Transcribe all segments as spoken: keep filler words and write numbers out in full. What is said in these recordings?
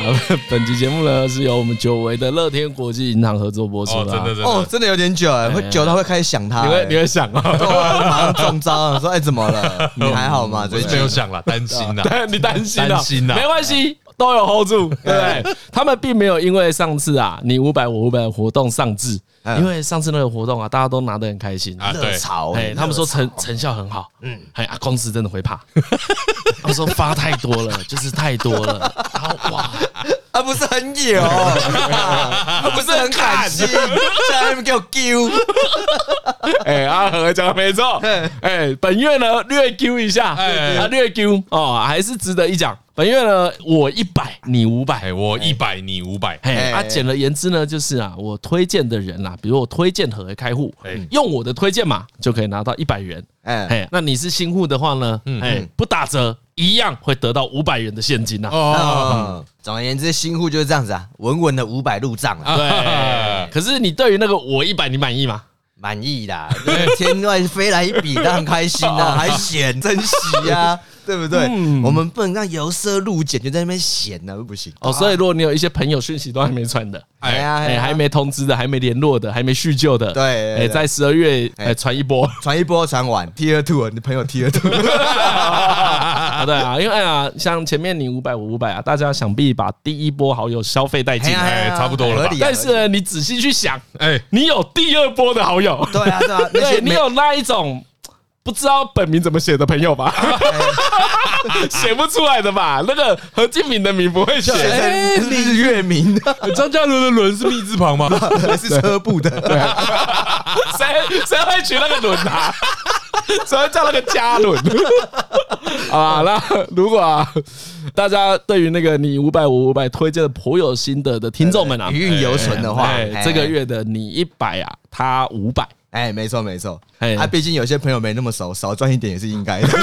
本集节目呢是由我们久违的乐天国际银行合作播出的、啊。 哦，真的真的哦，真的有点久哎，会久到会开始想他、欸， 你会你会想啊， 对啊，马上中招，说哎、欸、怎么了？你还好吗？最近没有想啦，担心啦， 你担心啊， 担心啊， 没关系。都有 hold 住，对不对？他们并没有因为上次啊，你五百我五百的活动上志，因为上次那个活动啊，大家都拿得很开心啊，对， 潮， 哎，他们说成成效很好，嗯，哎啊，公司真的会怕，他们说发太多了，就是太多了，然后哇， 啊不是很有，不是很感性，现在你们给我丢， 哎，阿和讲的没错，哎，本月呢略 Q 一下，哎，啊略 Q 哦，还是值得一讲。本月呢，我一百，你五百， 我一百，你五百。 哎，啊，简而言之呢，就是啊，我推荐的人啦，比如我推荐合约开户，用我的推荐码就可以拿到一百元。哎，那你是新户的话呢，哎，不打折，一样会得到五百元的现金呐。 哦，总而言之，新户就是这样子啊，稳稳的五百入账啊。 对，可是你对于那个我一百，你满意吗？ 满意啦，天外飞来一笔，当然开心啊，还嫌珍惜啊。对不对？嗯、我们不能让由奢入俭，就在那边闲呢，不行。 哦，所以如果你有一些朋友讯息都还没传的， 哎呀， 哎，还没通知的，还没联络的，还没叙旧的， 对， 哎，在十二月哎传一波， 传一波传完 ，Tier Two， 你朋友 Tier Two， 对啊，因为哎呀，像前面你五百我五百啊，大家想必把第一波好友消费殆尽， 哎，差不多了吧？ 但是呢，你仔细去想，哎，你有第二波的好友， 对啊，对啊， 对你有那一种。不知道本名怎么写的朋友吧，写不出来的吧？那个何敬敏的名不会写， 哎，日月名， 张嘉伦的伦是密字旁吗？ 还是车部的？对， 谁谁会取那个伦啊？谁会叫那个嘉伦？啊，那如果啊，大家对于那个你五百我五百推荐的颇有心得的听众们啊， 余韵犹存的话， 这个月的你一百啊，他五百。 哎，没错没错，他毕竟有些朋友没那么熟，少赚一点也是应该的，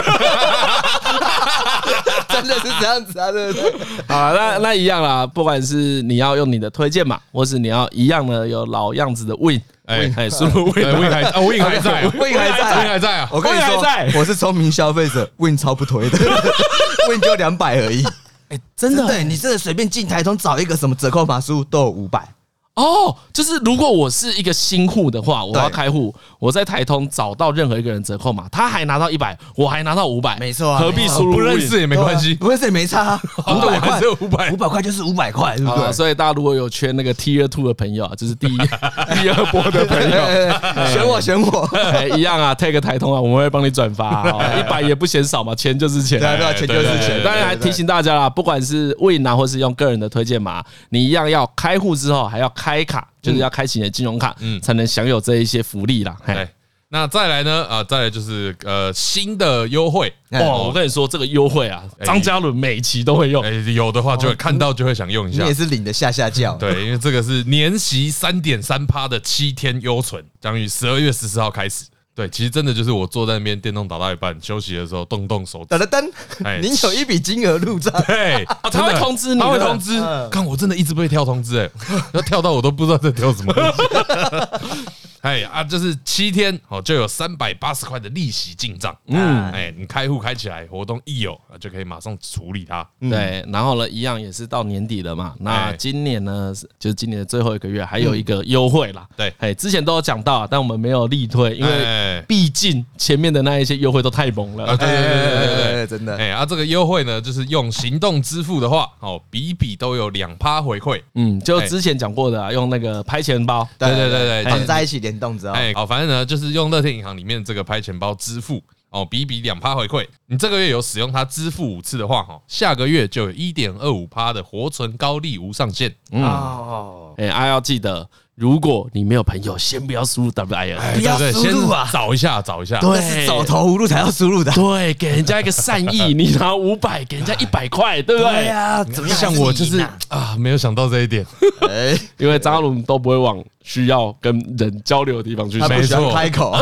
真的是这样子啊，对不对？ 好，那那一样啦，不管是你要用你的推荐码，或是你要一样的有老样子的 win， 哎，输入 win，win 还啊 win 还在 ，win 还在 ，win 还在啊！ 我跟你说，我是聪明消费者 ，win 超不推的 ，win 就两百而已。 哎，真的， 对你真的随便进台通找一个什么折扣码输入都有五百。 哦，就是如果我是一个新户的话，我要开户，我在台通找到任何一个人折扣码，他还拿到一百，我还拿到五百， 没错， 何必输入？ 不认识也没关系， 不认识也没差，五百块， 五百， 五百块就是五百块，对不对？ 所以大家如果有缺那个 Tier Two 的朋友啊，就是第一第二波的朋友， 选我选我， 一样啊 ，take 台通啊，我们会帮你转发，一百也不嫌少嘛，钱就是钱， 对对，钱就是钱。 当然还提醒大家啦，不管是 Win 啊，或是用个人的推荐码，你一样要开户之后还要开卡。就是要开启你的金融卡，嗯，才能享有这一些福利啦。 对，那再来呢？啊，再来就是呃新的优惠哦。我跟你说，这个优惠啊，张嘉伦每期都会用， 哎，有的话就会看到就会想用一下。 你也是领的下下叫， 对，因为这个是年息三点三趴的七天优存，将于十二月十四号开始。对，其实真的就是我坐在那边电动打到一半，休息的时候动动手指， 噔噔噔，您有一笔金额入账， 对， 他会通知你， 他会通知。看我真的一直被跳通知，哎，要跳到我都不知道在跳什么东西。哎啊，就是七天哦，就有三百八十块的利息进账。嗯，哎，你开户开起来，活动一有就可以马上处理它。 对，然后呢，一样也是到年底了嘛。那今年呢，就是今年的最后一个月，还有一个优惠啦。 对， 哎，之前都有讲到，但我们没有力推，因为毕竟前面的那一些优惠都太猛了。 对对对对对， 真的。 哎啊，这个优惠呢，就是用行动支付的话，哦，笔笔都有两趴回馈。 嗯，就之前讲过的啊，用那个拍钱包， 对对对对，绑在一起联动之后， 哎，好，反正呢，就是用乐天银行里面这个拍钱包支付。哦，比比两趴回馈，你这个月有使用它支付五次的话，哈，下个月就有一点二五趴的活存高利无上限。 哦，哎，啊，要记得，如果你没有朋友，先不要输入 W I N， 不要输入啊， 找一下，找一下， 对，是走投无路才要输入的。 对，给人家一个善意，你拿五百，给人家一百块，对不对？ 对呀，怎么样？ 像我就是啊，没有想到这一点， 因为张嘉伦都不会往需要跟人交流的地方去， 没错，开口。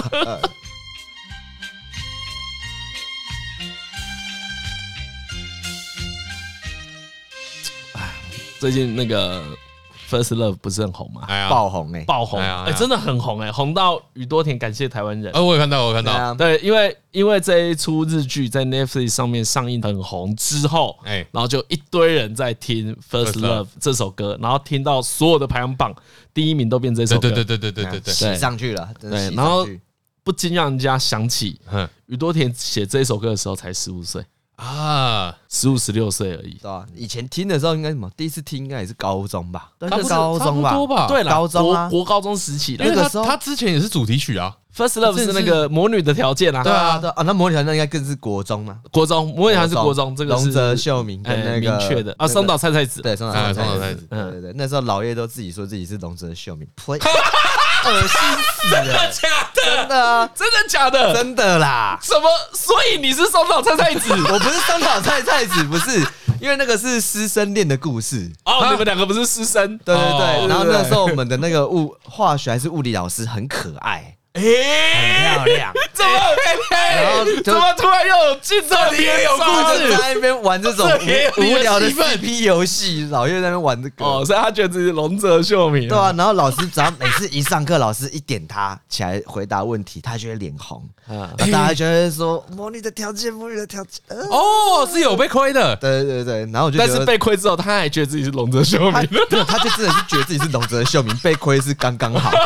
最近那个 First Love 不是很红吗？ 哎呀， 爆红哎， 爆红， 哎呀哎，真的很红哎，红到宇多田感谢台湾人。 呃，我有看到，我有看到， 对，因为因为这一出日剧在 Netflix 上面上映很红之后，哎，然后就一堆人在听 First Love 这首歌，然后听到所有的排行榜第一名都变这首歌， 对对对对对对对， 洗上去了， 对，然后不禁让人家想起，宇多田写这首歌的时候才十五岁。啊，十五十六岁而已， 对吧？以前听的时候应该什么？第一次听应该也是高中吧？ 对， 是高中吧？ 对了， 高中啊， 国高中时期的。 因为他他之前也是主题曲啊 ，First Love 是那个魔女的条件啊。 对啊，对啊，那魔女条件应该更是国中嘛？ 国中，魔女条件是国中，这个是龙泽秀明跟那个明确的啊，松岛菜菜子， 对，松岛菜菜子，对对对，那时候老叶都自己说自己是龙泽秀明，呸！恶心死了！ 真的假的？ 真的啊！ 真的假的？ 真的啦！ 什么？所以你是松岛菜菜子？ 我不是松岛菜菜子，不是，因为那个是师生恋的故事。 哦，你们两个不是师生？ 对对对。然后那时候我们的那个物化学还是物理老师很可爱。哎，很漂亮， 怎么？然后怎么突然又有进这里也有故事， 在那边玩这种无无聊的 C P 游戏，老叶在那边玩这个。 哦，所以他觉得自己是龙泽秀明。 对啊，然后老师只要每次一上课，老师一点他起来回答问题，他就会脸红。啊，大家就会说魔女的条件，魔女的条件。 哦，是有被亏的。 对对对，然后我就但是被亏之后，他还觉得自己是龙泽秀明。 对，他就真的是觉得自己是龙泽秀明，被亏是刚刚好。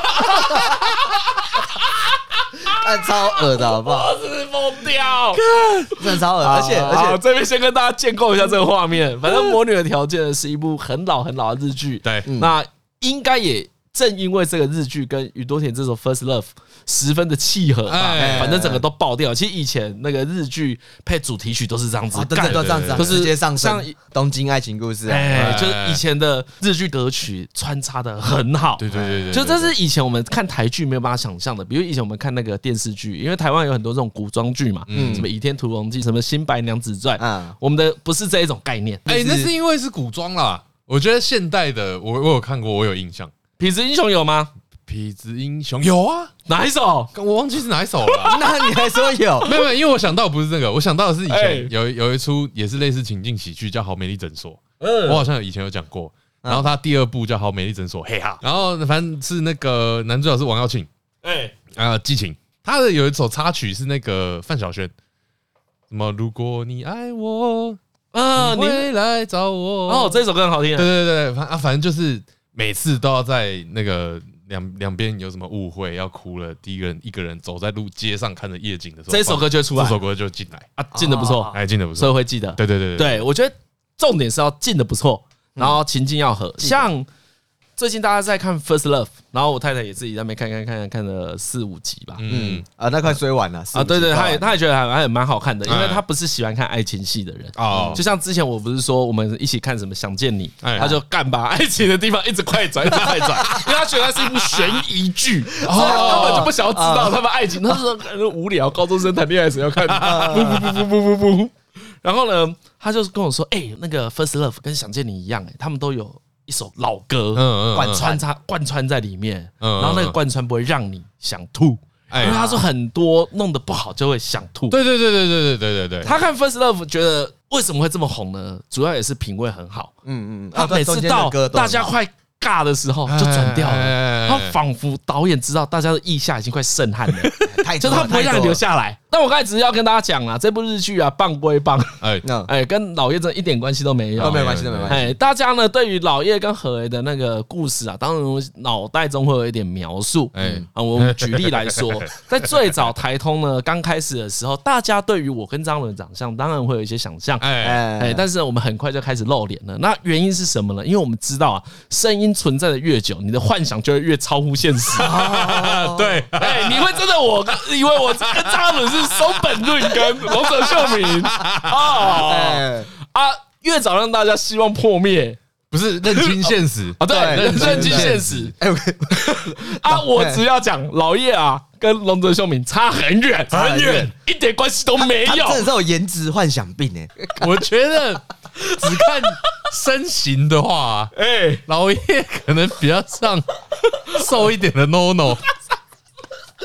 但超恶的好不好？ 我是疯掉， 真的超恶，而且而且这边先跟大家建构一下这个画面。反正《魔女的条件》是一部很老很老的日剧， 对， 那应该也正因为这个日剧跟宇多田这首《First Love》十分的契合吧，反正整个都爆掉。其实以前那个日剧配主题曲都是这样子， 对对，都这样子， 都是直接上升。像《东京爱情故事》 哎，就是以前的日剧歌曲穿插的很好。 对对对对， 就这是以前我们看台剧没有办法想象的。比如以前我们看那个电视剧，因为台湾有很多这种古装剧嘛，什么《倚天屠龙记》、什么《新白娘子传》，我们的不是这一种概念。 哎，那是因为是古装啦。我觉得现代的，我我有看过，我有印象。 痞子英雄有吗？ 痞子英雄有啊， 哪一首？ 我忘记是哪一首了。 那你还说有？ 没有没有，因为我想到不是这个，我想到的是以前有有一出也是类似情境喜剧，叫《好美丽诊所》。嗯，我好像以前有讲过。然后他第二部叫《好美丽诊所》，嘿哈。然后反正是那个男主角是王耀庆，哎啊，激情。他的有一首插曲是那个范晓萱，什么如果你爱我啊，你会来找我。 哦，这首歌很好听。 对对对，反啊反正就是每次都要在那个。两两边有什么误会要哭了，第一个人一个人走在路街上看着夜景的时候， 这首歌就会出来， 这首歌就进来啊，进的不错， 哎，进的不错， 所以会记得。 对对对对，我觉得重点是要进的不错，然后情境要合。像最近大家在看《First Love》，然后我太太也自己在那边看看看看了四五集吧。 嗯啊，那快追完了啊，对对，她也她也觉得还还蛮好看的，因为她不是喜欢看爱情戏的人哦。就像之前我不是说我们一起看什么《想见你》，他就干把爱情的地方一直快转，一直快转，因为他觉得它是一部悬疑剧，所以他根本就不想要知道他们爱情。他说无聊，高中生谈恋爱谁要看？不不不不不不不。然后呢，他就跟我说：“哎，那个《First Love》跟《想见你》一样，哎，他们都有。”一首老歌，贯穿插贯穿在里面，然后那个贯穿不会让你想吐，因为他说很多弄得不好就会想吐。 对对对对对对对对对。 他看《First Love》觉得为什么会这么红呢？主要也是品味很好。嗯嗯，他每次到大家快尬的时候就转掉了，他仿佛导演知道大家的腋下已经快渗汗了，就是他不会让你留下来。但我刚才只是要跟大家讲啦，这部日剧啊，棒归棒，哎哎，跟老叶真的一点关系都没有， 都没有关系，都没有关系。 哎，大家呢对于老叶跟何为的那个故事啊，当然我脑袋中会有一点描述。哎啊，我们举例来说，在最早台通呢刚开始的时候，大家对于我跟张伦的长相当然会有一些想象，哎哎，但是我们很快就开始露脸了。那原因是什么呢？因为我们知道啊，声音存在的越久，你的幻想就会越超乎现实。对，哎，你会真的我以为我跟张伦是松本润跟龙泽秀明啊啊！越早让大家希望破灭， 不是认清现实啊，对，认清现实。哎，啊，我只要讲老叶啊，跟龙泽秀明差很远，很远，一点关系都没有。 真的是有颜值幻想病哎！ 我觉得只看身形的话，哎，老叶可能比较像瘦一点的 No No。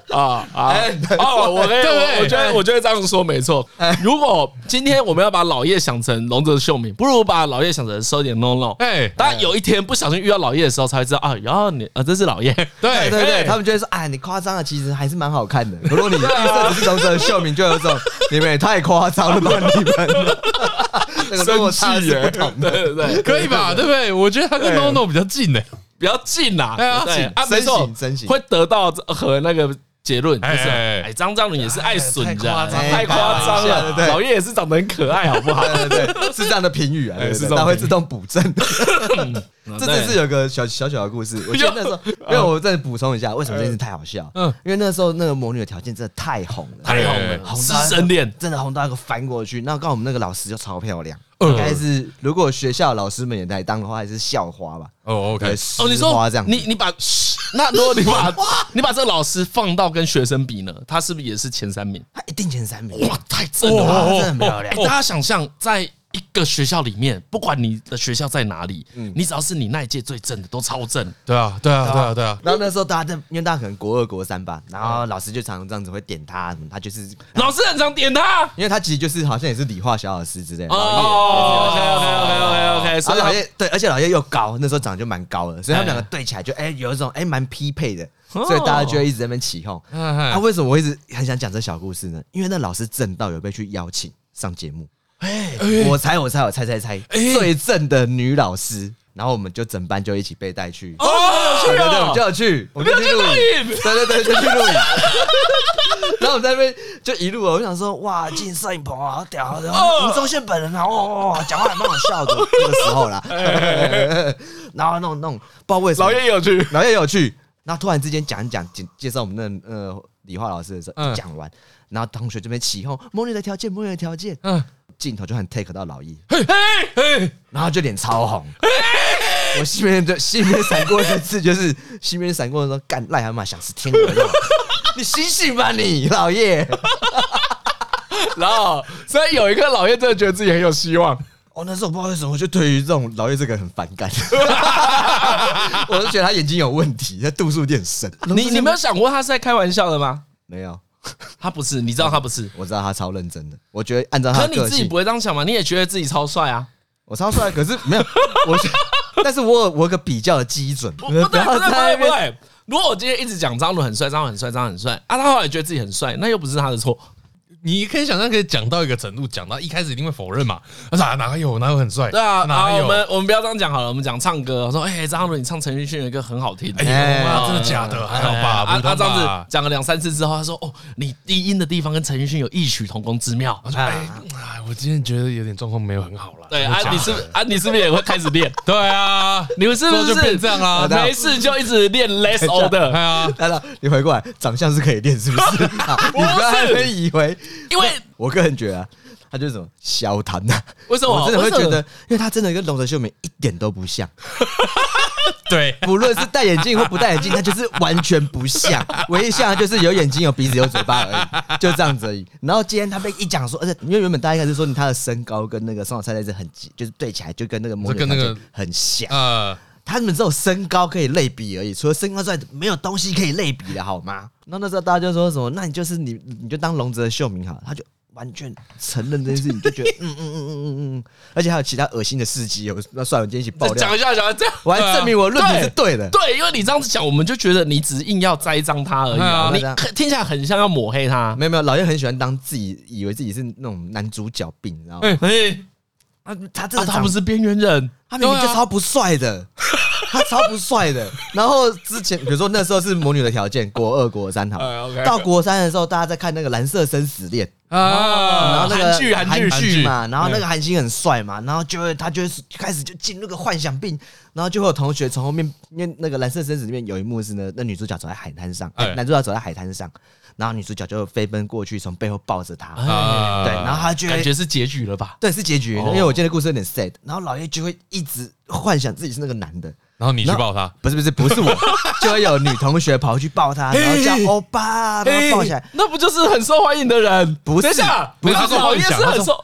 啊啊！哦，我可以，我我觉得我觉得这样说没错。如果今天我们要把老叶想成龙泽秀明，不如把老叶想成收点 no no。哎，当有一天不小心遇到老叶的时候，才会知道啊，然后你啊，这是老叶。 对对对，他们就会说，哎，你夸张了，其实还是蛮好看的。如果你预设只是龙泽秀明，就有种你们也太夸张了吧，你们。那个落差是不同的， 对对对， 可以吧？对不对？我觉得他跟 no no 比较近呢， 比较近呐。对啊， 啊，没错， 会得到和那个结论，就是哎，张张伦也是爱损的，太夸张了。老叶也是长得很可爱，好不好？ 对对对，是这样的评语啊，是他会自动补正。这真是有个小小小的故事，我记得那时候，因为我再补充一下，为什么这件事太好笑？嗯，因为那时候那个魔女的条件真的太红了， 太红了，师生恋真的红到一个翻过去。那刚好我们那个老师就超漂亮，应该是如果学校老师们也来当的话，还是校花吧？ 哦 ，OK， 哦，你说你你把那如果你把你把这个老师放到跟学生比呢，他是不是也是前三名？ 他一定前三名， 哇，太正了， 真的很漂亮。 大家想象在一个学校里面，不管你的学校在哪里，嗯，你只要是你那一届最正的，都超正。 对啊，对啊，对啊，对啊。 然后那时候大家在，因为大家可能国二、国三吧，然后老师就常常这样子会点他，他就是老师很常点他， 因为他其实就是好像也是理化小老师之类的。 哦 ，OK OK OK OK， 所以老叶对，而且老叶又高，那时候长得就蛮高的，所以他们两个对起来就哎有一种哎蛮匹配的。所以大家就会一直在那边起哄。啊，为什么我一直很想讲这小故事呢？因为那老师正道有被去邀请上节目。哎，我猜我猜我猜猜猜，最正的女老师，然后我们就整班就一起被带去。 哦，有趣哦，就有去，我们就去录影。对对对，就去录影。然后我在那边就一路，我想说，哇，进摄影棚啊，好屌！然后吴宗宪本人啊，哇，讲话还蛮好笑的，那个时候啦。然后那种那种，不知道为什么， 老叶有趣， 老叶有趣。然后突然之间讲一讲，介绍我们那呃理化老师的时候，讲完，然后同学这边起哄，魔女的条件，魔女的条件，嗯，镜头就很 take 到老叶，嘿嘿，然后就脸超红。我心里面就心里面闪过一次，就是心里面闪过说，干癞蛤蟆想吃天鹅肉，你醒醒吧你老叶。 然后，所以有一个老叶真的觉得自己很有希望。 哦，那时候我不知道为什么，我就对于这种老叶这个人很反感。我就觉得他眼睛有问题，他度数有点深。 你你没有想过他是在开玩笑的吗？ 没有， 他不是，你知道他不是， 我知道他超认真的。我觉得按照他的个性， 可你自己不会这样想吗？你也觉得自己超帅啊？ 我超帅，可是没有我，但是我有我有个比较的基准。 不对不对不对不对，如果我今天一直讲张伦很帅，张伦很帅，张伦很帅啊，他后来觉得自己很帅，那又不是他的错。 你可以想象，可以讲到一个程度，讲到一开始一定会否认嘛？哪哪有哪有很帅？ 对啊，哪有？我们我们不要这样讲好了，我们讲唱歌。我说，哎，张伦，你唱陈奕迅有一个很好听。 哎呀，真的假的？还好吧？ 啊，他这样子讲了两三次之后，他说，哦，你低音的地方跟陈奕迅有异曲同工之妙。我说，哎， 我今天觉得有点状况没有很好了。 对啊，你是啊，你是不是也会开始练？ 对啊， 你们是不是就变这样啊？ 没事就一直练 less older。对啊，来了，你回过来，长相是可以练，是不是？你不要以为， 因为。 我个人觉得、啊，他就是什么小谈呐？ 为什么？ 我真的会觉得，因为他真的跟龙泽秀明一点都不像。 对， 不论是戴眼镜或不戴眼镜，他就是完全不像。唯一像就是有眼睛、有鼻子、有嘴巴而已，就这样子而已。然后今天他被一讲说，而且因为原本大家应该是说他的身高跟那个松岛菜菜子很，就是对起来就跟那个魔女条件很像。呃，他们只有身高可以类比而已，除了身高之外，没有东西可以类比的好吗？然后那时候大家就说什么，那你就是你，你就当龙泽秀明好了，他就。完全承认这件事情，就觉得嗯嗯嗯嗯嗯嗯，而且还有其他恶心的事迹，那算了，我们今天一起爆料， 讲一下，讲一下， 我还证明我论点是对的。 对，因为你这样子讲，我们就觉得你只是硬要栽赃他而已啊，你听起来很像要抹黑他。 没有没有，老叶很喜欢当自己以为自己是那种男主角病，你知道吗？哎，啊，他真的他不是边缘人， 他明明就超不帅的。他超不帅的，然后之前比如说那时候是魔女的条件，国二国三好，到国三的时候，大家在看那个《蓝色生死恋》啊，然后那个韩剧韩剧嘛，然后那个韩星很帅嘛，然后就会他就会开始就进入个幻想病，然后就会有同学从后面，因为那个《蓝色生死》里面有一幕是呢，那女主角走在海滩上，男主角走在海滩上，然后女主角就飞奔过去，从背后抱着他，对，然后他就感觉是结局了吧？ 对，是结局，因为我今天的故事有点 sad， 然后老叶就会一直幻想自己是那个男的。 然后你去抱他， 不是不是不是我，就会有女同学跑去抱他，然后叫欧巴，然后抱起来， 那不就是很受欢迎的人？ 不是， 等一下， 不是老叶是很受，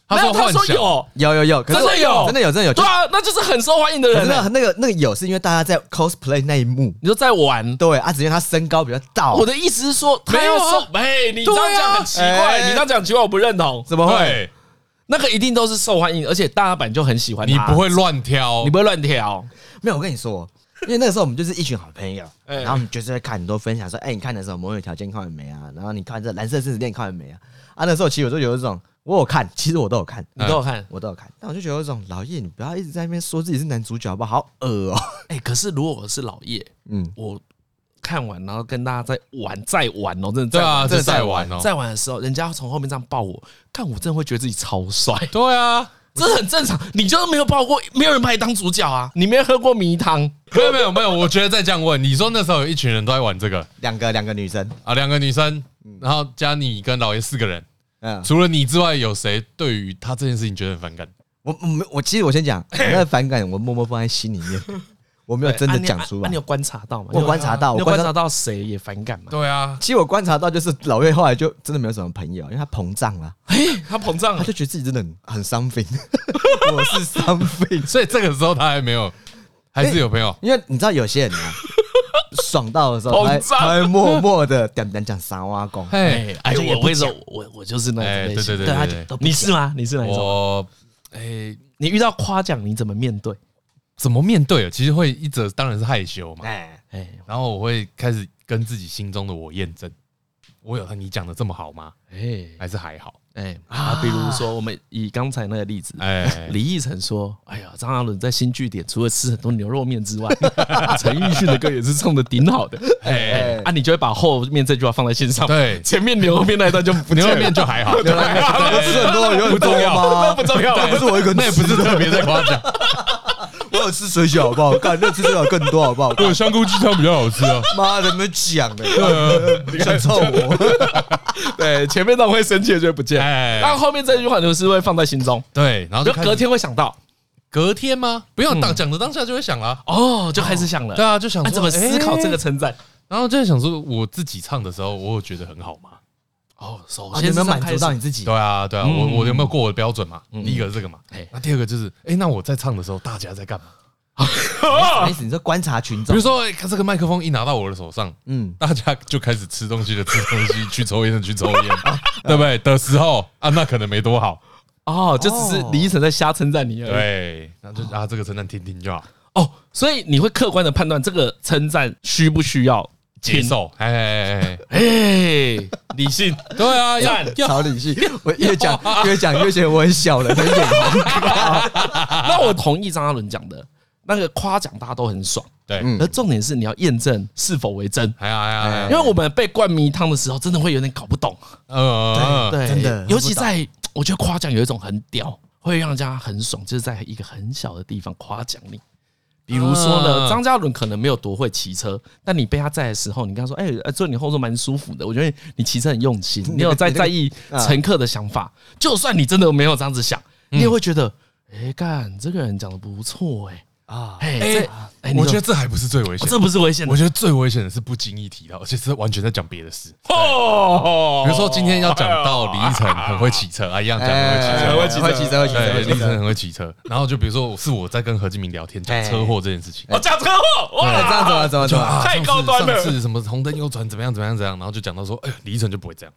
他说幻想有有有有，可是真的有真的有真的有， 对啊，那就是很受欢迎的人。 那那个那个有是因为大家在 cosplay 那一幕， 你说在玩， 对啊，只因为他身高比较大。 我的意思是说，他要受，哎，你这样讲很奇怪，你这样讲奇怪，我不认同。 怎么会？ 那个一定都是受欢迎，而且大家本来就很喜欢他。 你不会乱挑， 你不会乱挑。 没有，我跟你说，因为那个时候我们就是一群好朋友， 哎然后我们就是会看很多分享说，哎，你看的时候魔女条件看完没啊？然后你看这蓝色生死恋看完没啊？啊，那时候其实我就有一种，我有看，其实我都有看， 你都有看， 我都有看，但我就觉得有一种老叶，你不要一直在那边说自己是男主角，好不好？好恶哦。 哎，可是如果我是老叶， 嗯， 我看完然后跟大家在玩，再玩哦，真的对啊， 真的在玩哦， 在玩的时候，人家从后面这样抱我，看我真的会觉得自己超帅。 对啊， 这是很正常。你就是没有抱过，没有人把你当主角啊，你没有喝过迷汤。 没有没有没有，我觉得再这样问，你说那时候有一群人都在玩这个， 两个两个女生啊，两个女生，然后加你跟老爷四个人， 嗯， 除了你之外，有谁对于他这件事情觉得很反感？ 我我我其实我先讲，我那个反感我默默放在心里面，我没有真的讲出来。 你有观察到吗？ 我观察到， 我观察到谁也反感吗？ 对啊， 其实我观察到，就是老岳后来就真的没有什么朋友，因为他膨胀了。 哎，他膨胀了， 他就觉得自己真的很很something，我是 something， 所以这个时候他还没有，还是有朋友。 因为你知道有些人啊，爽到的时候，他他会默默的点点讲三挖工。 哎哎，我为什么我我就是那种类型？ 对对对对， 你是吗？你是哪一种？ 我哎， 你遇到夸奖你怎么面对？ 怎么面对？其实会一则当然是害羞嘛， 哎哎， 然后我会开始跟自己心中的我验证，我有你讲的这么好吗？哎，还是还好。 哎啊，比如说我们以刚才那个例子，哎，李奕晨说：“哎呀，张嘉伦在新据点除了吃很多牛肉面之外，陈奕迅的歌也是唱的顶好的。”哎啊，你就会把后面这句话放在心上， 对， 前面牛肉面那一段就牛肉面就还好， 吃很多有不重要吗？ 那不重要， 那不是我一个， 那也不是特别在夸奖。 我有吃水饺好不好？干，那吃水饺更多好不好？ 我香菇鸡汤比较好吃啊！ 妈的，你们讲的，你想臭我？ 对，前面那种会生气的就会不见，然后后面这句话就是会放在心中。 对，然后就隔天会想到， 隔天吗？不用当讲的当下就会想了， 哦，就开始想了。 对啊，就想怎么思考这个称赞， 然后就在想说，我自己唱的时候，我有觉得很好吗？ 哦，首先有没有满足到你自己？ 对啊，对啊，我我有没有过我的标准嘛？第一个是这个嘛，那第二个就是，哎，那我在唱的时候，大家在干嘛？ 什么意思？你说观察群众， 比如说，哎，这个麦克风一拿到我的手上，嗯，大家就开始吃东西的吃东西，去抽烟的去抽烟，对不对？的时候啊，那可能没多好哦，就只是李奕晨在瞎称赞你而已。 对，那就啊，这个称赞听听就好。 哦，所以你会客观的判断这个称赞需不需要接受？哎哎哎，理性， 对啊，要超理性。我越讲越讲越觉得我很小人，很眼红。 那我同意张嘉伦讲的。那个夸奖大家都很爽， 对， 而重点是你要验证是否为真。 哎呀哎呀， 因为我们被灌迷汤的时候，真的会有点搞不懂。 呃， 对， 真的， 尤其在我觉得夸奖有一种很屌，会让人家很爽，就是在一个很小的地方夸奖你。比如说呢，张嘉伦可能没有多会骑车，但你被他载的时候，你跟他说：“哎，坐你后座蛮舒服的。”我觉得你骑车很用心，你有在在意乘客的想法。就算你真的没有这样子想，你也会觉得：“哎，干这个人讲的不错，哎。”啊，哎， 哎，我觉得这还不是最危险， 这不是危险的。 我觉得最危险的是不经意提到，而且是完全在讲别的事。哦，比如说今天要讲到李奕晨很会骑车啊，一样讲很会骑车， 很会骑车，会骑车，会骑车。 李奕晨很会骑车，然后就比如说是我在跟何敬明聊天讲车祸这件事情， 哦，讲车祸，哇， 这样怎么怎么怎么太高端了。 上次什么红灯右转怎么样怎么样怎么样，然后就讲到说，哎，李奕晨就不会这样。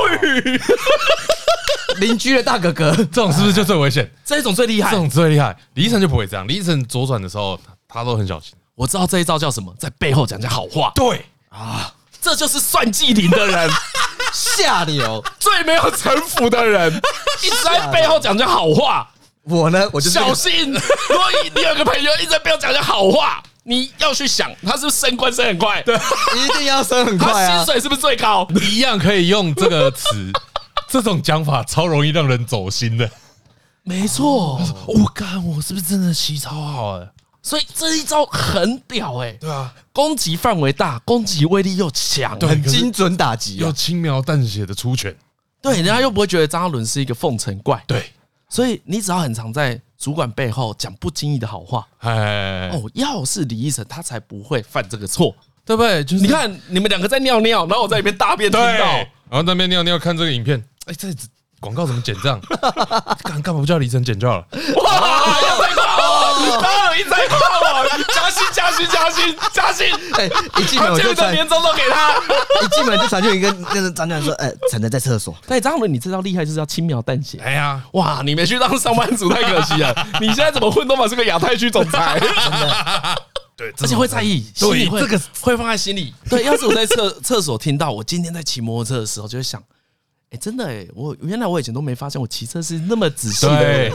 邻居的大哥哥， 这种是不是就最危险？ 这一种最厉害， 这种最厉害。李奕晨就不会这样，李奕晨左转的时候，他都很小心。 我知道这一招叫什么，在背后讲讲好话。 对啊，这就是算计你的人， 下流， 最没有城府的人，一直在背后讲讲好话。 我呢，我就小心，如果你有个朋友一直在背后讲讲好话，你要去想，他是不是升官升很快？对， 一定要升很快啊！ 他薪水是不是最高？ 一样可以用这个词。这种讲法超容易让人走心的， 没错。 我干，我是不是真的骑超好的？ 所以这一招很屌哎， 对啊， 攻击范围大，攻击威力又强， 很精准打击， 又轻描淡写的出拳， 对，人家又不会觉得张嘉伦是一个奉承怪， 对， 所以你只要很常在主管背后讲不经意的好话，哎，哦，要是李奕晨他才不会犯这个错， 对不对？就是你看你们两个在尿尿，然后我在里面大便听到， 然后那边尿尿看这个影片。哎，这广告怎么剪这样？干干嘛不叫李晨剪就好了？ 哇，要再夸我，当然一再夸我，加薪加薪加薪加薪！ 哎，一进门我就传年终都给他， 一进门就传讯一个跟着张教练说，哎，陈的在厕所。 对，张伦，你这招厉害，就是要轻描淡写。 哎呀， 哇，你没去当上班族太可惜了，你现在怎么混都嘛是个亚太区总裁，真的。 对， 而且会在意， 对， 会这个会放在心里。对，要是我在厕厕所听到，我今天在骑摩托车的时候，就会想，哎，真的哎，我原来我以前都没发现，我骑车是那么仔细的。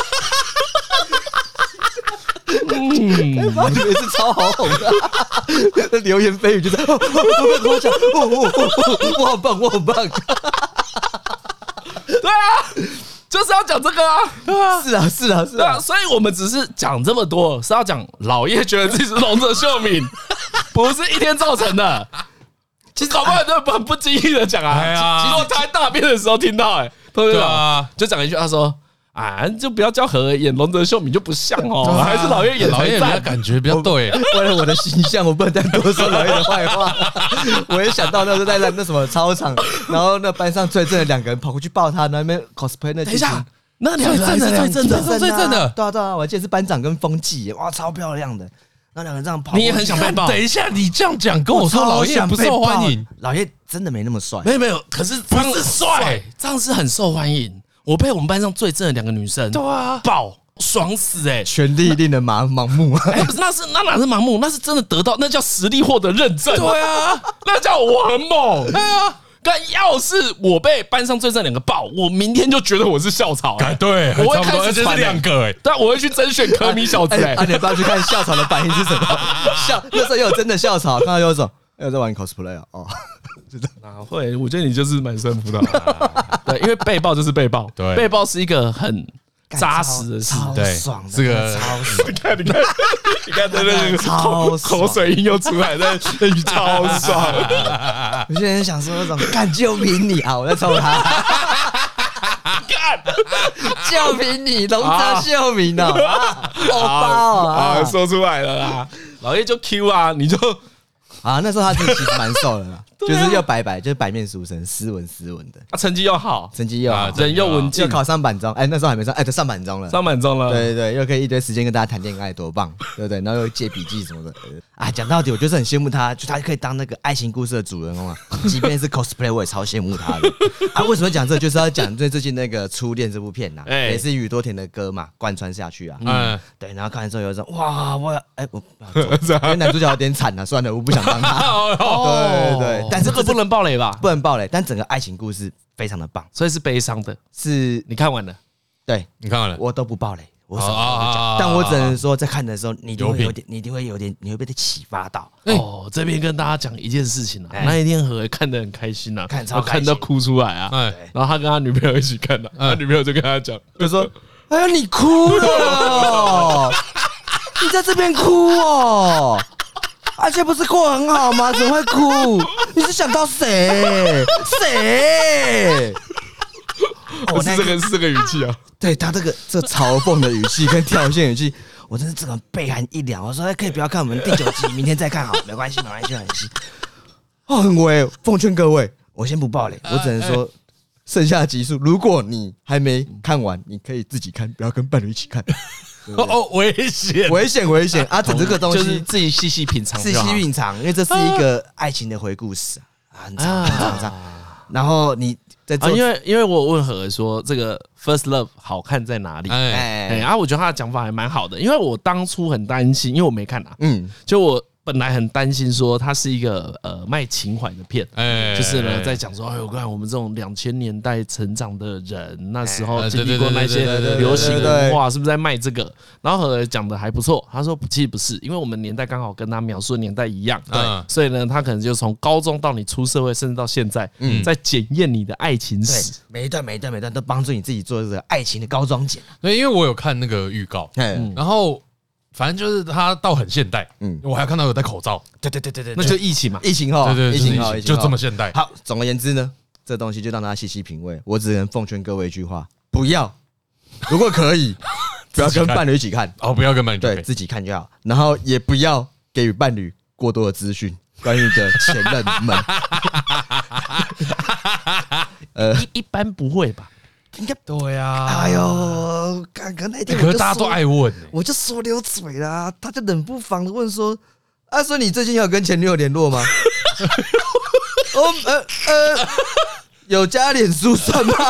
嗯，也是超好哄的，流言蜚语就是，哦，我跟我讲，我我我我好棒，我很棒。 对啊，就是要讲这个啊，对啊， 是啊，是啊，是啊， 所以我们只是讲这么多，是要讲老叶觉得自己是龙泽秀敏，不是一天造成的。其实搞不好就很不经意的讲啊，其实我在大便的时候听到，哎，对啊，就讲一句，他说。啊，就不要叫何儿演龙泽秀敏就不像哦，啊、还是老叶演老叶比较感觉比较对。 为了我的形象，我不能再多说老叶的坏话。我也想到那时候在那那什么操场，然后那班上最正的两个人跑过去抱他，那边 cosplay 那。 等一下，那两个人是最正的， 最正的，对啊对啊，我记得是班长跟风纪，哇，超漂亮的。那两个人这样跑， 你也很想被抱。 等一下，你这样讲跟我说老叶不受欢迎， 老叶真的没那么帅。 没有没有，可是不是帅， 这样是很受欢迎。我被我们班上最正的两个女生， 对啊， 爆爽死哎、欸！ 权力令人盲盲目啊！ 哎、欸，不是，那是那哪是盲目，那是真的得到，那叫实力获得认证。 对啊， 那叫我很猛。对啊，但要是我被班上最正两个爆，我明天就觉得我是校草、欸。 对， 我会开始传两个哎， 对，我会去甄选科迷小子哎、欸。 啊，你不要去看校草的反应是什么？校那时候也有真的校草，看到有一种，哎，在玩 cosplay 啊，哦。 哪会？我觉得你就是蛮顺服的、啊，对，因为被爆就是被爆，对，被爆是一个很扎实的事， 对，爽， 这个超爽， 你看，你看，你看，在那个口口水音又出来，在那里超爽。 有些人想说那种干就凭你啊，我在抽他， 干就凭你龙泽秀明哦，欧巴啊，说出来了啦，老叶就 Q 啊，你就。 啊，那时候他自己其实蛮瘦的啦，就是又白白，就是白面书生，斯文斯文的。 啊，成绩又好， 成绩又好， 人又文静， 又考上板中。哎，那时候还没上，哎，上板中了， 上板中了。 对对对，又可以一堆时间跟大家谈恋爱，多棒，对不对？然后又借笔记什么的。啊，讲到底，我就是很羡慕他，就他可以当那个爱情故事的主人公啊。即便是 cosplay， 我也超羡慕他的。啊，为什么讲这？就是要讲最最近那个《初恋》这部片呐，也是宇多田的歌嘛，贯穿下去啊。嗯，对。然后看完之后有一种哇，我哎我，因为男主角有点惨了，算了，我不想当他。对对，但是这个不能爆雷吧？ 不能爆雷，但整个爱情故事非常的棒， 所以是悲伤的。 是你看完了？ 对， 你看完了， 我都不爆雷，我什么都不讲。但我只能说，在看的时候，你一定会有点，你一定会有点，你会被他启发到。 哦，这边跟大家讲一件事情啊，那一天何看得很开心啊， 看超看到哭出来啊。然后他跟他女朋友一起看的，他女朋友就跟他讲，就说：“ 哎呀，你哭了，你在这边哭哦。”而且不是过很好吗？怎么会哭？你是想到谁？谁？ 哦，是这个是这个语气啊！ 对他这个这嘲讽的语气跟跳线语气，我真是这个背寒一凉。我说可以不要看我们第九集，明天再看好，没关系，没关系，没关系。哦，很威，奉劝各位，我先不爆雷，我只能说剩下的集数，如果你还没看完，你可以自己看，不要跟伴侣一起看。 哦，危险， 危险，危险啊！整这个东西就是自己细细品尝， 细细品尝，因为这是一个爱情的回顾史啊，很长很长很长。然后你在做， 因为因为我问何说这个 first love 好看在哪里？哎，然后我觉得他的讲法还蛮好的，因为我当初很担心，因为我没看啊，嗯，就我。本来很担心说它是一个呃卖情怀的片，哎，就是呢在讲说，哎呦，看我们这种两千年代成长的人，那时候经历过那些流行文化，是不是在卖这个？然后何讲的还不错，他说其实不是，因为我们年代刚好跟他描述的年代一样，对，所以呢，他可能就从高中到你出社会，甚至到现在，嗯，在检验你的爱情史， 每一段每一段每一段都帮助你自己做这个爱情的高装检。 对，因为我有看那个预告，然后。反正就是他到很现代，嗯，我还看到有戴口罩， 对对对对对， 那就疫情嘛， 疫情后， 对对， 疫情后， 就这么现代。 好，总而言之呢，这东西就让大家细细品味。我只能奉劝各位一句话：不要，如果可以，不要跟伴侣一起看哦，不要跟伴侣对自己看就好，然后也不要给予伴侣过多的资讯，关于你的前任们。 呃，一一般不会吧？ 应该对呀， 哎呦，刚刚那天可是大家都爱问， 我就说溜嘴啦，他就冷不防的问说：“啊，说你最近有跟前女友联络吗？”哦，呃呃，有加脸书算吗？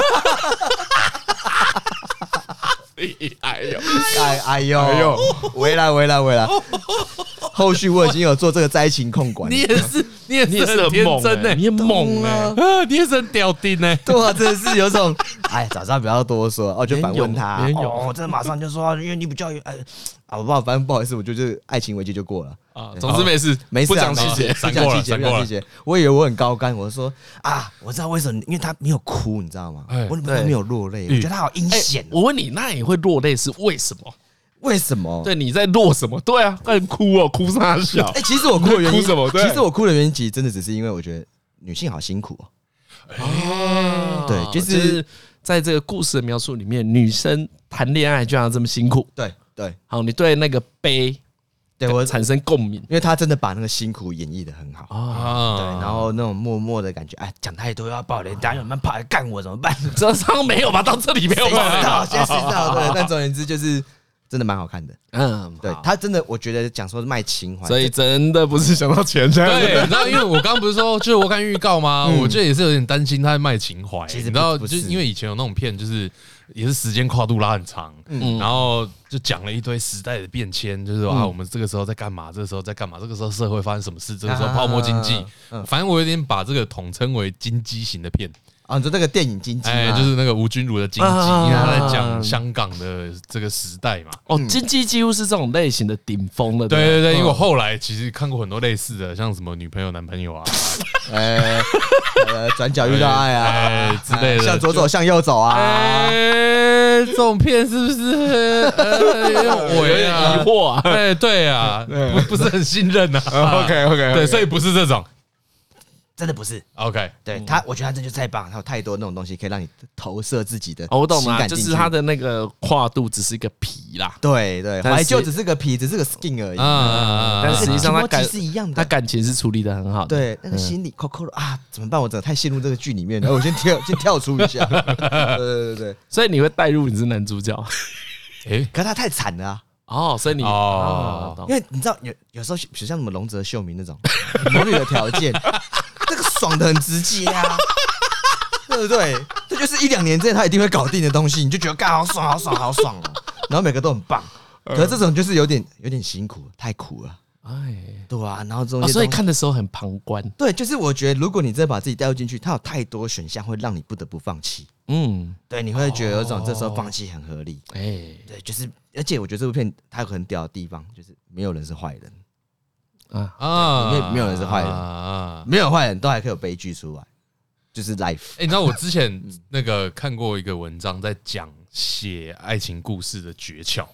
哎呦， 哎哎呦，哎呦，回来回来回来。后续我已经有做这个灾情控管， 你也是，你也你也是很是很猛天真呢， 你很猛哎， 啊，你也是很屌丁呢。 对啊，真的是有种，哎，早知道不要多说，我就反问他， 没有， 哦，真的马上就说，因为你比较，哎，啊，我不知道，反正不好意思，我就是爱情危机就过了啊。总之没事， 没事， 不讲细节， 不讲细节，不讲细节。我以为我很高干，我说啊，我知道为什么，因为他没有哭，你知道吗？我女朋友没有落泪，我觉得他好阴险。 我问你，那你会落泪是为什么？ 为什么？ 对，你在落什么？对啊，在哭哦，哭啥小？ 哎，其实我哭的原因， 哭什么？ 其实我哭的原因，其实真的只是因为我觉得女性好辛苦哦。 哦， 对，就是在这个故事的描述里面，女生谈恋爱居然这么辛苦。 对对， 好，你对那个悲， 对我产生共鸣， 因为他真的把那个辛苦演绎的很好啊。对，然后那种默默的感觉，哎，讲太多要爆雷，大家有没有跑来干我怎么办？ 这上没有吧？到这里没有吧？ 现在谁知道？对，但总而言之就是。真的蛮好看的， 嗯， 对他真的，我觉得讲说是卖情怀， 所以真的不是想到钱， 对，你知道，因为我刚刚不是说，就是我看预告吗？我觉得也是有点担心他在卖情怀， 其实你知道，就因为以前有那种片，就是也是时间跨度拉很长，然后就讲了一堆时代的变迁，就是啊，我们这个时候在干嘛，这个时候在干嘛，这个时候社会发生什么事，这个时候泡沫经济，反正我有点把这个统称为金鸡型的片。 啊，你说那个电影金鸡， 哎，就是那个吴君如的金鸡，因为他在讲香港的这个时代嘛。 哦，金鸡几乎是这种类型的顶峰了。 对对对，因为我后来其实看过很多类似的，像什么女朋友、男朋友啊， 呃呃，转角遇到爱啊之类的， 向左走，向右走啊。 哎，这种片是不是？我有点疑惑啊。 哎，对啊，不不是很信任啊。 OK OK， 对，所以不是这种。 真的不是 OK， 对他，我觉得他这就太棒，他有太多那种东西可以让你投射自己的哦，我懂了， 了， 就是他的那个跨度只是一个皮啦， 对对，怀旧只是个皮，只是个 skin 而已， 但实际上他感是一样的， 他感情是处理的很好的， 对，那个心里扣扣的啊，怎么办？我真的太陷入这个剧里面了，我先跳先跳出一下，对对对， 所以你会带入你是男主角， 哎，可是他太惨了啊。 哦，所以你哦， 因为你知道有有时候，比如像什么龙泽秀明那种魔女的条件。这个爽的很直接啊，对不对？这就是一两年之内他一定会搞定的东西，你就觉得干好爽好爽好爽哦，然后每个都很棒。可是这种就是有点有点辛苦，太苦了，哎，对啊。然后这种、 哦，所以看的时候很旁观。 对，就是我觉得如果你真的把自己带入进去，它有太多选项会让你不得不放弃。嗯，对，你会觉得有种这时候放弃很合理。哎，对，就是而且我觉得这部片它有很屌的地方，就是没有人是坏人。啊啊！没没有人是坏人啊，没有坏人都还可以有悲剧出来，就是 life。 哎，你知道我之前那个看过一个文章，在讲写爱情故事的诀窍，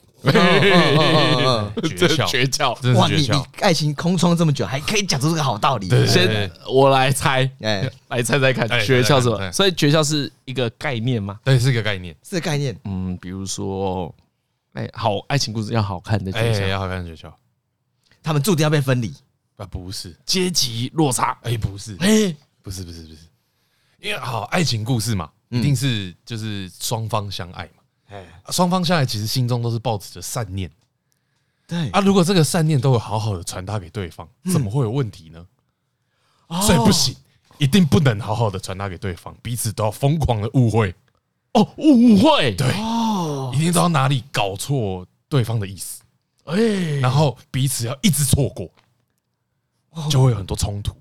诀窍， 诀窍， 哇！你你爱情空窗这么久，还可以讲出这个好道理。 先我来猜，哎，来猜猜看，诀窍是什么？所以诀窍是一个概念吗？ 对，是一个概念， 是个概念。 嗯，比如说，哎，好，爱情故事要好看的诀窍， 要好看的诀窍。 他们注定要被分离啊？不是阶级落差？ 哎，不是，哎，不是，不是，不是，因为好爱情故事嘛，一定是就是双方相爱嘛，哎，双方相爱其实心中都是抱持着善念， 对啊，如果这个善念都有好好的传达给对方，怎么会有问题呢？所以不行，一定不能好好的传达给对方，彼此都要疯狂的误会， 哦，误会， 对，哦，一定知道哪里搞错对方的意思。哎，然后彼此要一直错过，就会有很多冲突。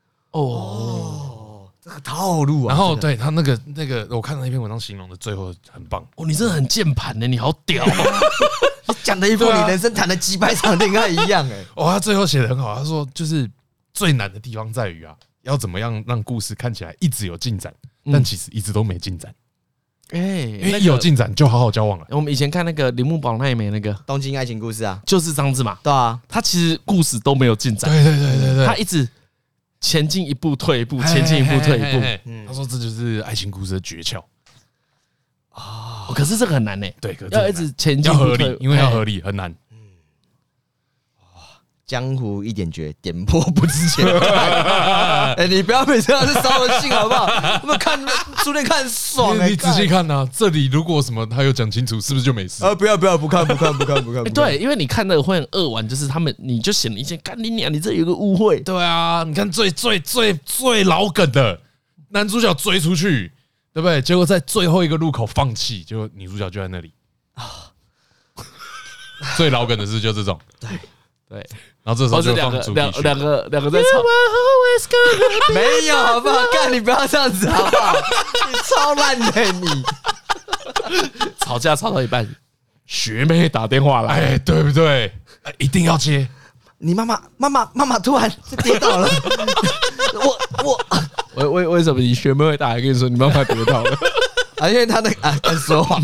哦，这个套路啊！ 然后对他那个那个，我看到那篇文章形容的最后很棒。 哦，你真的很键盘的，你好屌！ 你讲的一副你人生谈了几百场恋爱一样哎。 哦，他最后写的很好，他说就是最难的地方在于啊，要怎么样让故事看起来一直有进展，但其实一直都没进展。哎，因为有进展就好好交往了。 我们以前看那个铃木保奈美那个《 东京爱情故事》啊， 就是这样子嘛。对啊，他其实故事都没有进展。 对对对对对， 他一直前进一步退一步，前进一步退一步。 他说这就是爱情故事的诀窍。 哦，可是这个很难呢。 对， 要一直前进， 要合理，因为要合理很难。 江湖一点绝，点破不值钱。哎、欸，你不要每次都是烧我兴好不好？我们看初恋看很爽哎、欸， 你仔细看呐、啊，这里如果什么他有讲清楚，是不是就没事？ 啊，不要不要不看不看不看不看。 欸、对，因为你看那个会很扼腕，就是他们你就显了一些干你娘，你这有个误会。 对啊，你看最最最最老梗的男主角追出去，对不对？结果在最后一个路口放弃，结果女主角就在那里啊。最老梗的事就这种， 对对。 然后这时候就两个两两个两个在吵， 没有好不好？干你不要这样子好不好？你超烂的你， 吵架吵到一半，学妹打电话来， 哎，对不对？一定要接。 你妈妈妈妈妈妈突然跌倒了，我我为为为什么你学妹会打来跟你说你妈妈跌倒了？ 啊，因为他那个啊敢说谎。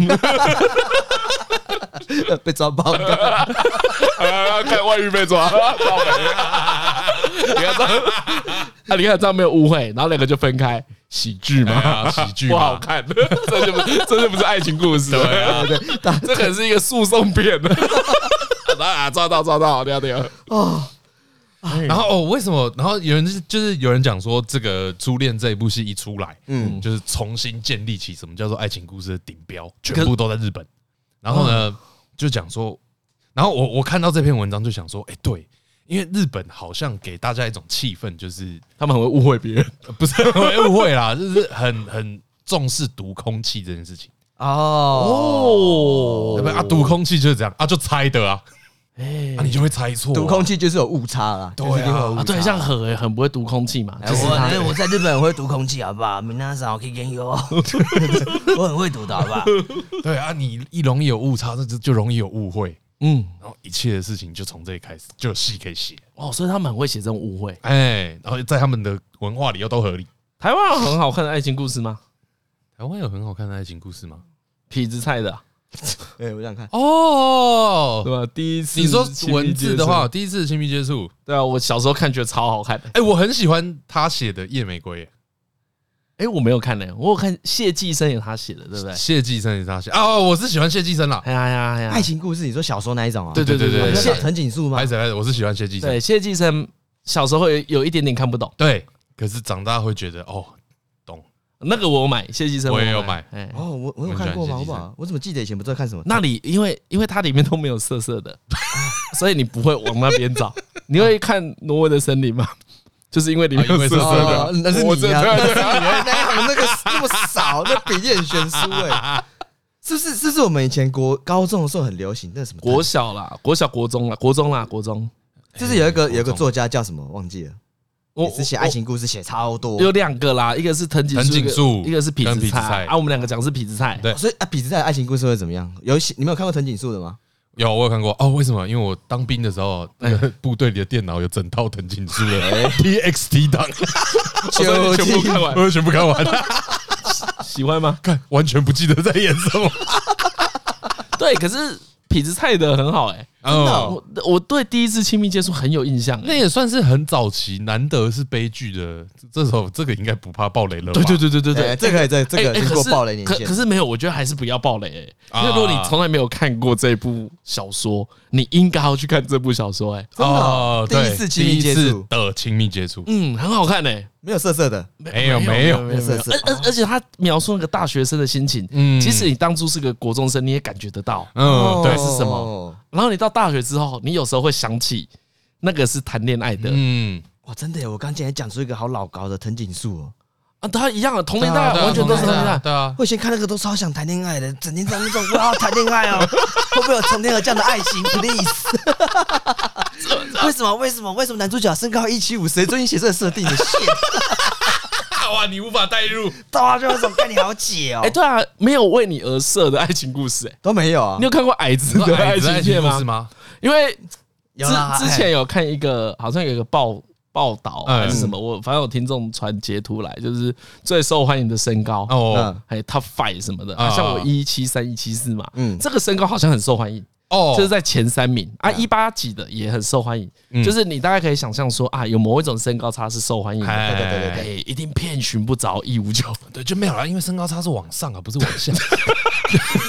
被抓包的， 看外遇被抓，倒霉。你看这样，啊，你看这样没有误会，然后两个就分开，喜剧嘛， 喜剧不好看，这就不这就不是爱情故事， 对啊， 对， 这可能是一个诉讼片。啊，抓到抓到，对对哦。 然后哦，为什么？然后有人就是有人讲说，这个《初恋》这一部戏一出来，嗯，就是重新建立起什么叫做爱情故事的顶标，全部都在日本。然后呢，就讲说，然后我我看到这篇文章就想说，哎，对，因为日本好像给大家一种气氛，就是他们很会误会别人， 不是很会误会啦，就是很很重视读空气这件事情。 哦， 对不对啊？读空气就是这样啊，就猜的啊。哎，啊，你就会猜错。 读空气就是有误差啦， 对啊， 对，像很很不会读空气嘛。 我我在日本很会读空气，好不好？明天早上可以跟你哦，我很会读的，好不好？ 对啊，你一容易有误差，那就就容易有误会。 嗯， 然后一切的事情就从这里开始，就有戏可以写哦。所以他们很会写这种误会， 哎，然后在他们的文化里又都合理。 台湾有很好看的爱情故事吗？ 台湾有很好看的爱情故事吗？ 痞子菜的、啊。 哎，我想看哦， 对吧？第一次你说文字的话，第一次亲密接触， 对啊，我小时候看觉得超好看的。 哎，我很喜欢他写的《夜玫瑰》。 哎，我没有看呢，我有看谢继生也他写的，对不对？ 谢继生也是他写啊，我是喜欢谢继生啦。 哎呀呀呀！ 爱情故事，你说小说那一种啊？ 对对对对， 谢藤井树吗？ 拍谁拍谁？我是喜欢谢继生。 对，谢继生小时候有有一点点看不懂， 对，可是长大会觉得哦。 那个我买谢继生， 我也有买。 哦，我我有看过吗？好不好？我怎么记得以前不知道看什么？ 那里因为因为它里面都没有色色的，所以你不会往那边找。你会看《挪威的森林》吗？就是因为里面有色色的。 那是你啊，那是你那一行那个那么少，那比例很悬殊哎。是不是？是不是我们以前国高中的时候很流行那什么？ 国小啦，国小国中啦，国中啦，国中。 就是有一个有一个作家叫什么忘记了。我是写爱情故事，写超多， 有两个啦，一个是藤井树，一个是痞子菜啊。我们两个讲是痞子菜， 对， 所以啊，痞子菜的爱情故事会怎么样？有你没有看过藤井树的吗？ 有，我有看过哦。为什么？因为我当兵的时候，那个部队里的电脑有整套藤井树的 T X T 档， 全部看完， 我全部看完。 喜欢吗？ 看，完全不记得在演什么。 对，可是痞子菜的很好哎。我我对第一次亲密接触很有印象， 那也算是很早期，难得是悲剧的。这首这个应该不怕爆雷了吧？ 对对对对对对， 这个这这个经过爆雷年限。 可可是没有，我觉得还是不要爆雷哎，因为如果你从来没有看过这部小说，你应该要去看这部小说哎。 哦， 第一次亲密接触的亲密接触， 嗯，很好看哎， 没有色色的， 没有没有没有色色， 而而而且他描述那个大学生的心情，嗯，即使你当初是个国中生，你也感觉得到，嗯，对是什么。然后你到大学之后，你有时候会想起那个是谈恋爱的，嗯， 哇，真的耶！我刚竟然讲出一个好老高的藤井树哦， 啊，他一样的，同年代完全都是同年代， 对啊。 我以前看那个都超想谈恋爱的，整天在那种我要谈恋爱哦，会不会有从天而降的爱情 ？Please， 为什么？为什么？为什么男主角身高一七五？谁最近写这个设定的线？ 哇，你无法代入， 对啊，就那种看你好解哦。 哎，对啊，没有为你而设的爱情故事，哎， 都没有啊。 你有看过矮子的爱情片吗？因为之之前有看一个，好像有一个报报道还是什么，我反正有听众传截图来，就是最受欢迎的身高哦，还有 top five 什么的，像我一七三、一七四嘛，嗯，这个身高好像很受欢迎。哦，就是在前三名啊，一八几的也很受欢迎。就是你大概可以想象说啊，有某一种身高差是受欢迎的，对对对对对，一定遍寻不着一五九， 对，就没有啦，因为身高差是往上啊，不是往下。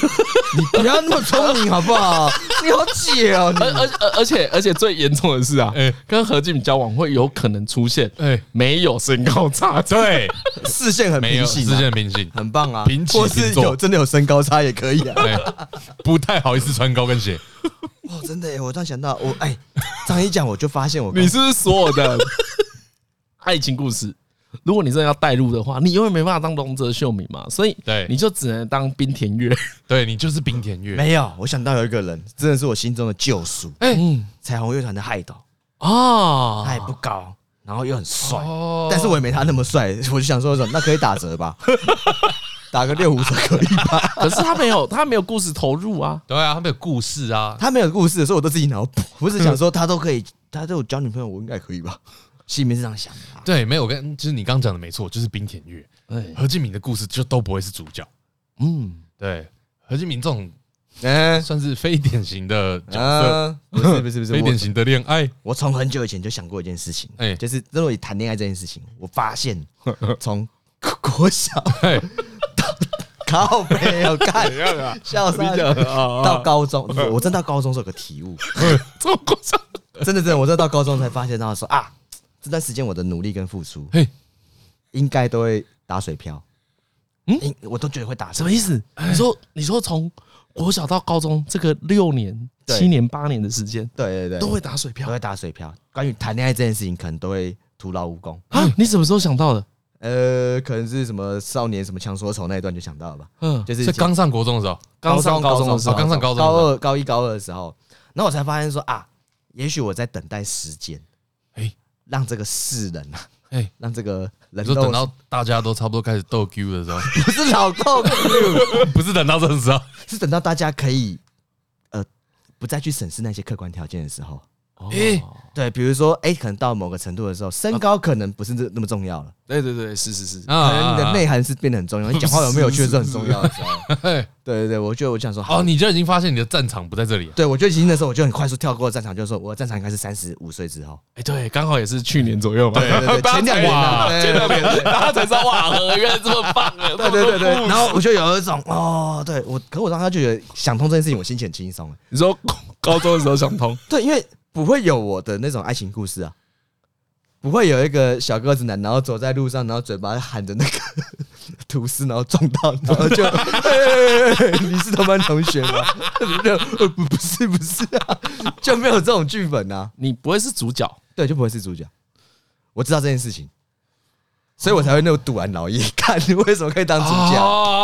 你不要那么聪明好不好？你好解哦，你而而而而且而且最严重的是啊， 哎跟何敬敏交往会有可能出现哎， 没有身高差距， 对， 视线很没有平行、啊， 视线平行， 很棒啊， 平起或是平坐有真的有身高差也可以啊。 哎，不太好意思穿高跟鞋。 哦，真的耶，我突然想到，我哎，这样一讲我就发现我刚你是不是所有的爱情故事，如果你真的要带入的话，你永远没办法当龙泽秀明嘛，所以对你就只能当冰田月。 对你就是冰田月。 没有，我想到有一个人，真的是我心中的救赎， 哎嗯彩虹乐团的海斗， 啊他也不高，然后又很帅， 哦但是我也没他那么帅，我就想说，那可以打折吧，打个六五折可以吧？ 可是他没有，他没有故事投入啊。 对啊，他们有故事啊。 他没有故事，所以我都自己脑补，我只想说他都可以，他都有交女朋友，我应该可以吧？心里面是这样想的啊。 对，没有，我跟就是你刚讲的没错，就是冰田月。 哎， 何敬明的故事就都不会是主角。 嗯， 对，何敬明这种嗯算是非典型的角色， 啊，不是不是不是，我非典型的恋爱。 我从很久以前就想过一件事情， 哎就是如果你谈恋爱这件事情，我发现从国小哎， 靠背有看怎样啊？ 笑死你讲啊到高中，我真到高中时候有个体悟， 这么过上真的真的，我真的到高中才发现到说啊，这段时间我的努力跟付出， 嘿， 应该都会打水漂， 嗯嗯，我都觉得会打水什么意思？你说你说从国小到高中这个六年、 对七年、八年的时间， 对对对， 都会打水漂都会打水漂。关于谈恋爱这件事情，可能都会徒劳无功。 啊？你什么时候想到的？ 呃，可能是什么少年什么强说愁那一段就想到了吧， 嗯， 就是是刚上国中的时候。 刚上高中的时候， 哦刚上高中的时高候二、高一、高二的时候，然后我才发现说啊，也许我在等待时间， 哎让这个世人啊， 哎， 让这个人你说等肉到大家都差不多开始斗 Q 的时候， 不是老豆， 不是等到这个时候。 是等到大家可以呃不再去审视那些客观条件的时候。 哎对，比如说，哎、可能到某个程度的时候，身高可能不是那那么重要了， 对对对，是是是， 可能你的内涵是变得很重要，你讲话有没有趣是很重要的时候。 嘿对对对，我就我就想说，好哦，你就已经发现你的战场不在这里了。 对我就已经那时候我就很快速跳过战场，就是说我的战场应该是三十五岁之后。 哎，对，刚好也是去年左右嘛， 对对对，前两年啊，对前两年大家才知道哇，合约这么棒啊！ 对对对对，然后我就有一种哦，对我，可我当时就觉得想通这件事情，我心情很轻松了。 你说高中的时候想通， 对，因为不会有我的那种爱情故事啊，不会有一个小个子男，然后走在路上，然后嘴巴含着那个吐司，然后撞到，然后就，欸、你是同班同学吗？就呃不不是不是啊，就没有这种剧本啊， 你不会是主角， 对，就不会是主角。我知道这件事情，所以我才会那种赌完老爷，看你为什么可以当主角。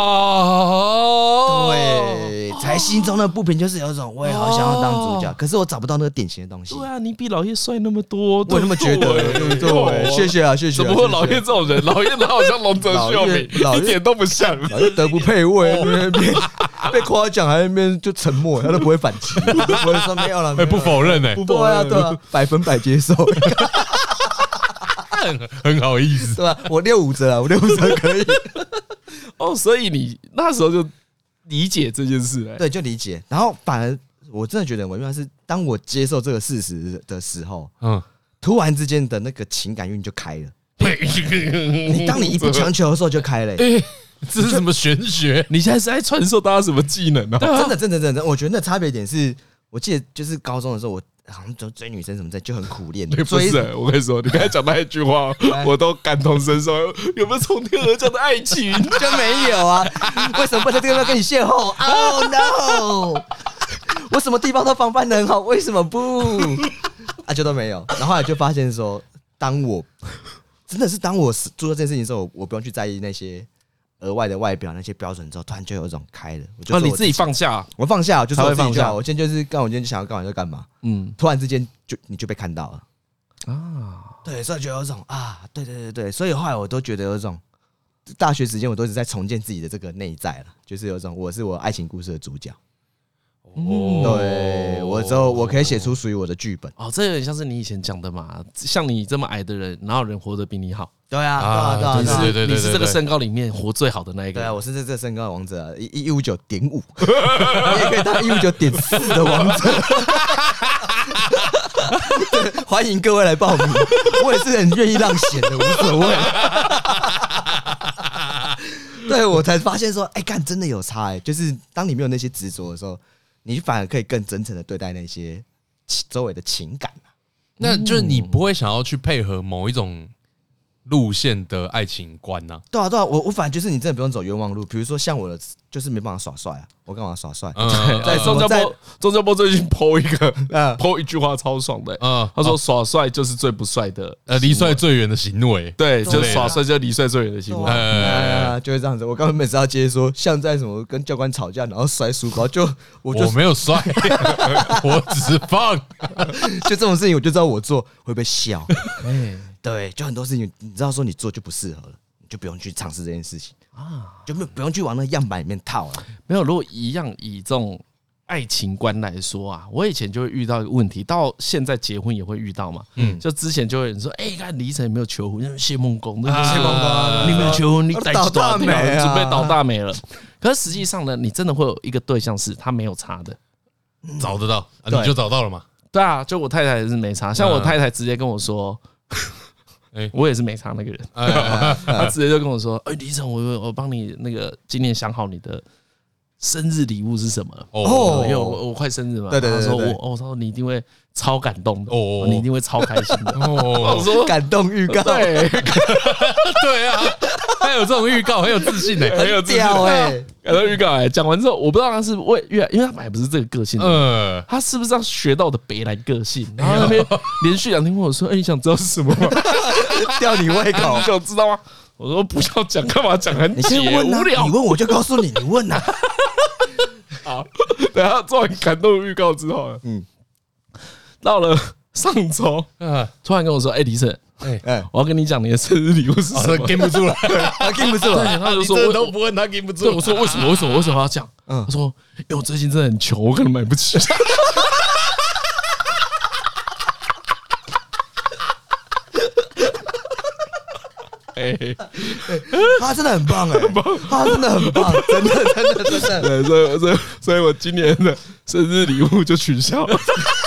哦， 对，才心中的不平，就是有一种我也好想要当主角， 哦可是我找不到那个典型的东西。 对啊，你比老叶帅那么多， 我也那么觉得，对不对？谢谢啊，谢谢啊。 怎么会老叶这种人？老叶哪好像龙泽秀明， 老叶一点都不像。 老叶德不配位，那边被夸奖还在那边就沉默，他都不会反击，不会说没有了， 哎，不否认哎， 对啊，对啊，百分百接受， 很很好意思。 对吧？我六五折啊，我六五折可以， 哦，所以你那时候就理解这件事哎。 对，就理解。然后反而我真的觉得很微妙是，当我接受这个事实的时候， 嗯， 突然之间的那个情感运就开了。你当你一不强求的时候就开了、欸， 哎，这是什么玄学？ 你现在是在传授大家什么技能啊？ 真的真的真的，我觉得那差别点是，我记得就是高中的时候，我好像就追女生什么的就很苦练， 不追是、欸，我跟你说，你刚才讲那一句话，我都感同身受。有没有从天而降的爱情？ 就没有啊？为什么不在这个地方跟你邂逅 ？Oh no！我什么地方都防范得很好，为什么不？啊，就都没有。然后后来就发现说，当我真的是当我做这件事情的时候，我不用去在意那些额外的外表那些标准之后，突然就有一种开了。我就哦， 说我你自己放下， 我放下，就是我自己才会放下就好我今天就是干，我今天就想要干嘛就干嘛。 嗯突然之间就你就被看到了。 啊， 对，所以就有一种啊，对对对对，所以后来我都觉得有一种大学时间，我都一直在重建自己的这个内在了，就是有一种我是我爱情故事的主角。 嗯对我之后我可以写出属于我的剧本。 哦，这有点像是你以前讲的嘛，像你这么矮的人，哪有人活得比你好？ 对啊，对啊，对啊， 你对啊对对对是你是这个身高里面活最好的那一个对啊， 人。 我是这这身高的王者啊，一一五九点五，你也可以当一五九点四的王者。对，欢迎各位来报名，我也是很愿意让贤的，无所谓。对对我才发现说，哎，干真的有差哎，就是当你没有那些执着的时候，你反而可以更真诚的对待那些周围的情感。 那就是你不会想要去配合某一种路线的爱情观呐、啊？ 对啊，对啊，我我反正就是你真的不用走冤枉路。比如说像我的，就是没办法耍帅啊，我干嘛耍帅？ 嗯， 在钟家波，钟家波最近 po 一个 po 一句话超爽的， 嗯， 他说耍帅就是最不帅的， 呃，离帅最远的行为， 对，就耍帅就是离帅最远的行为， 哎，就是这样子。我刚刚每次要接说，像在什么跟教官吵架，然后摔书包，就我就我没有摔，我只是放， 就这种事情，我就知道我做会被笑。哎。对，就很多事情，你知道说你做就不适合了，你就不用去尝试这件事情啊，就不用去往那样板里面套了。 没有，如果一样以这种爱情观来说啊，我以前就会遇到一个问题，到现在结婚也会遇到嘛。嗯，就之前就会有人说，哎、欸，看李晨有没有求婚？谢梦工，谢梦工，你没有求婚，你倒大霉啊， 准备倒大霉了。可是实际上呢，你真的会有一个对象是他没有差的， 找得到，啊、你就找到了嘛。 对啊，就我太太也是没差，像我太太直接跟我说。欸、我也是没差那个人，他直接就跟我说：“哎、欸，李晨，我我帮你那个今年想好你的生日礼物是什么？哦，因为我我快生日嘛。” 对对对， 他说我我说你一定会超感动的，哦，你一定会超开心的。 哦，我说感动预告， 对对啊，还有这种预告，很有自信哎， 很有自信哎，感动预告哎。讲完之后，我不知道他是为越，因为他本来不是这个个性，嗯，他是不是要学到我的北兰个性？然后那边连续两天问我说：“哎，你想知道是什么吗？” 吊你胃口， 你想知道吗？我说不要讲，干嘛讲很解无聊？ 你问我就告诉你，你问啊。 好，等下做完感动预告之后，嗯，到了上周，嗯，突然跟我说：“哎，李晨，哎哎，我要跟你讲你的生日礼物是什么？” 跟不住了， 他跟不住了， 他就说：“ 都不问他跟不住。” 我说：“为什么？为什么？为什么要讲？”他说：“因为我最近真的很穷，我可能买不起。”哎， 他真的很棒哎，他真的很棒，真的真的真的。 对，所以所以所以我今年的生日礼物就取消了。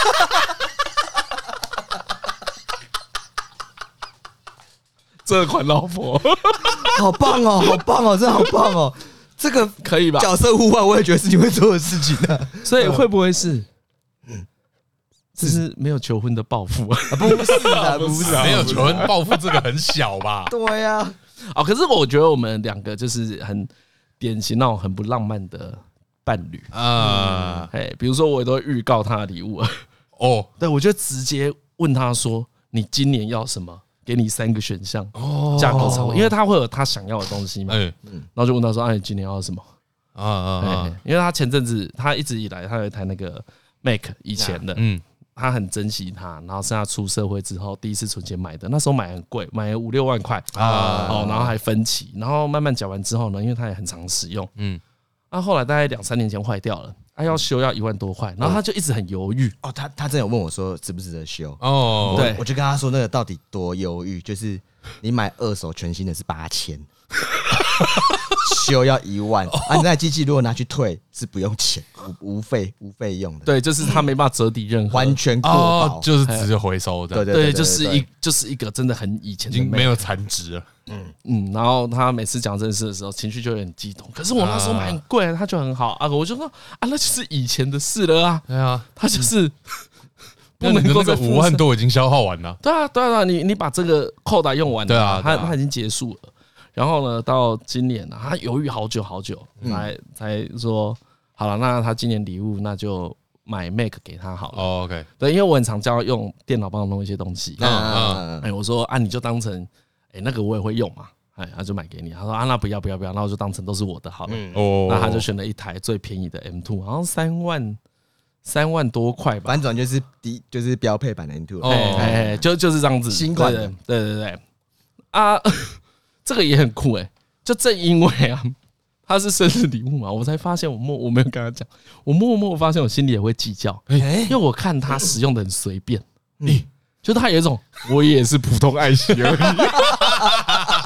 这款老婆， 好棒哦，好棒哦，真的好棒哦，这个可以吧？ 角色互换，我也觉得是你会做的事情的。 所以会不会是？嗯。这是没有求婚的报复啊？ 不是啊，不是啊， 没有求婚报复这个很小吧？ 对呀， 啊，可是我觉得我们两个就是很典型那种很不浪漫的伴侣啊。哎，比如说我也都会预告他的礼物哦，对，我就直接问他说：“你今年要什么？给你三个选项，价格差不多，因为他会有他想要的东西嘛。”嗯，然后就问他说：“啊，你今年要什么？”啊啊，因为他前阵子他一直以来他有一台那个 Mac 以前的，嗯。他很珍惜它，然后是他出社会之后第一次存钱买的，那时候买很贵，买了五六万块啊，哦，然后还分期，然后慢慢缴完之后呢，因为他也很常使用，嗯，那后来大概两三年前坏掉了，他要修要一万多块，然后他就一直很犹豫。 哦，他他真的有问我说值不值得修？ 哦， 对，我就跟他说那个到底多犹豫，就是你买二手全新的是八千。修要一万，啊！你那台机器如果拿去退是不用钱，无无费无费用的。 对，就是他没办法折抵任何， 完全过保， 就是直接回收的。 对对对，就是一就是一个真的很以前已经没有残值了。 嗯嗯，然后他每次讲这件事的时候，情绪就有点激动。可是我那时候买很贵，他就很好啊，我就说啊，那就是以前的事了啊。 对啊， 他就是不能够在五万多已经消耗完了。 对啊，对啊，你你把这个扣打用完了，对啊，他他已经结束了。然后呢，到今年啊，他犹豫好久好久，才才说好了，那他今年礼物那就买 Mac 给他好了。 哦 ，OK， 对，因为我很常教他用电脑帮我弄一些东西。嗯嗯，哎，我说啊，你就当成哎那个我也会用嘛，哎，他就买给你。他说啊，那不要不要不要，那我就当成都是我的好了。哦，那他就选了一台最便宜的 M 二，好像三万三万多块吧。 反转就是低，就是标配版的 M 二。 哦，哎，就就是这样子， 新款的。 对对对，啊。这个也很酷哎、欸，就正因为啊，他是生日礼物嘛，我才发现我默我没有跟他讲，我默默发现我心里也会计较，因为我看他使用的很随便，嗯，就他有一种我也是普通爱惜而已，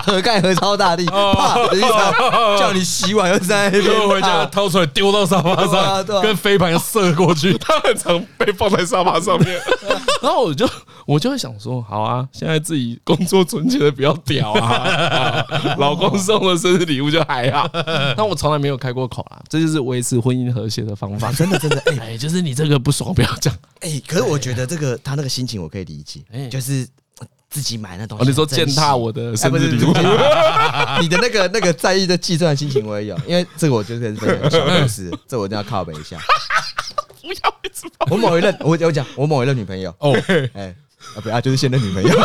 盒盖盒超大力，啪的一场叫你洗碗又在那边， 回家掏出来丢到沙发上，跟飞盘射过去， 他很常被放在沙发上面。然后我就我就会想说，好啊，现在自己工作存钱的比较屌啊，老公送的生日礼物就还好。但我从来没有开过口啦，这就是维持婚姻和谐的方法。 真的真的， 哎，就是你这个不爽不要讲。 哎，可是我觉得这个他那个心情我可以理解，就是自己买那东西。 你说践踏我的生日礼物， 你的那个那个在意的计算的心情我也有，因为这个我就是分享小故事，这我一定要靠北一下。 不要一直跑。 我某一任，我我讲我某一任女朋友哦，哎啊不要，就是现任女朋友。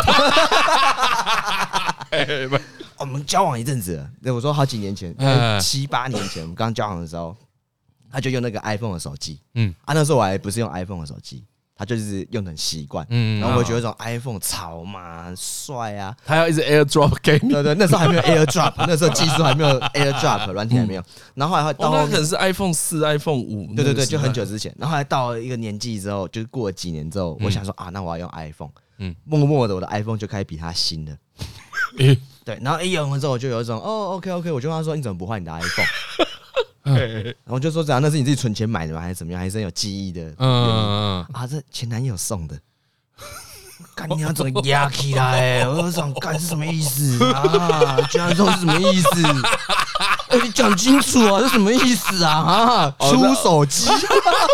我们交往一阵子了，我说好几年前，七八年前我们刚交往的时候，他就用那个 iPhone 的手机，嗯啊那时候我还不是用 iPhone 的手机。他就是用的很习惯，嗯，然后我觉得这种 iPhone 潮嘛，很帅啊。 他要一直 AirDrop 给你， 对对，那时候还没有 AirDrop， 那时候技术还没有 AirDrop， 软体还没有。然后后来到那可能是 iPhone 四、iPhone 五， 对对对，就很久之前。然后后来到了一个年纪之后，就是过了几年之后，我想说啊，那我要用 iPhone， 嗯，默默的我的 iPhone 就开始比他新了。对，然后一用了之后，我就有一种哦 ，OK OK， 我就跟他说，你怎么不换你的 iPhone？然后就说怎样，那是你自己存钱买的吗？还是怎么样？还是有记忆的？嗯嗯啊，这前男友送的，干你要怎么压起来？我想干是什么意思啊？居然说是什么意思？哎，你讲清楚啊，这什么意思啊？啊，出手机，出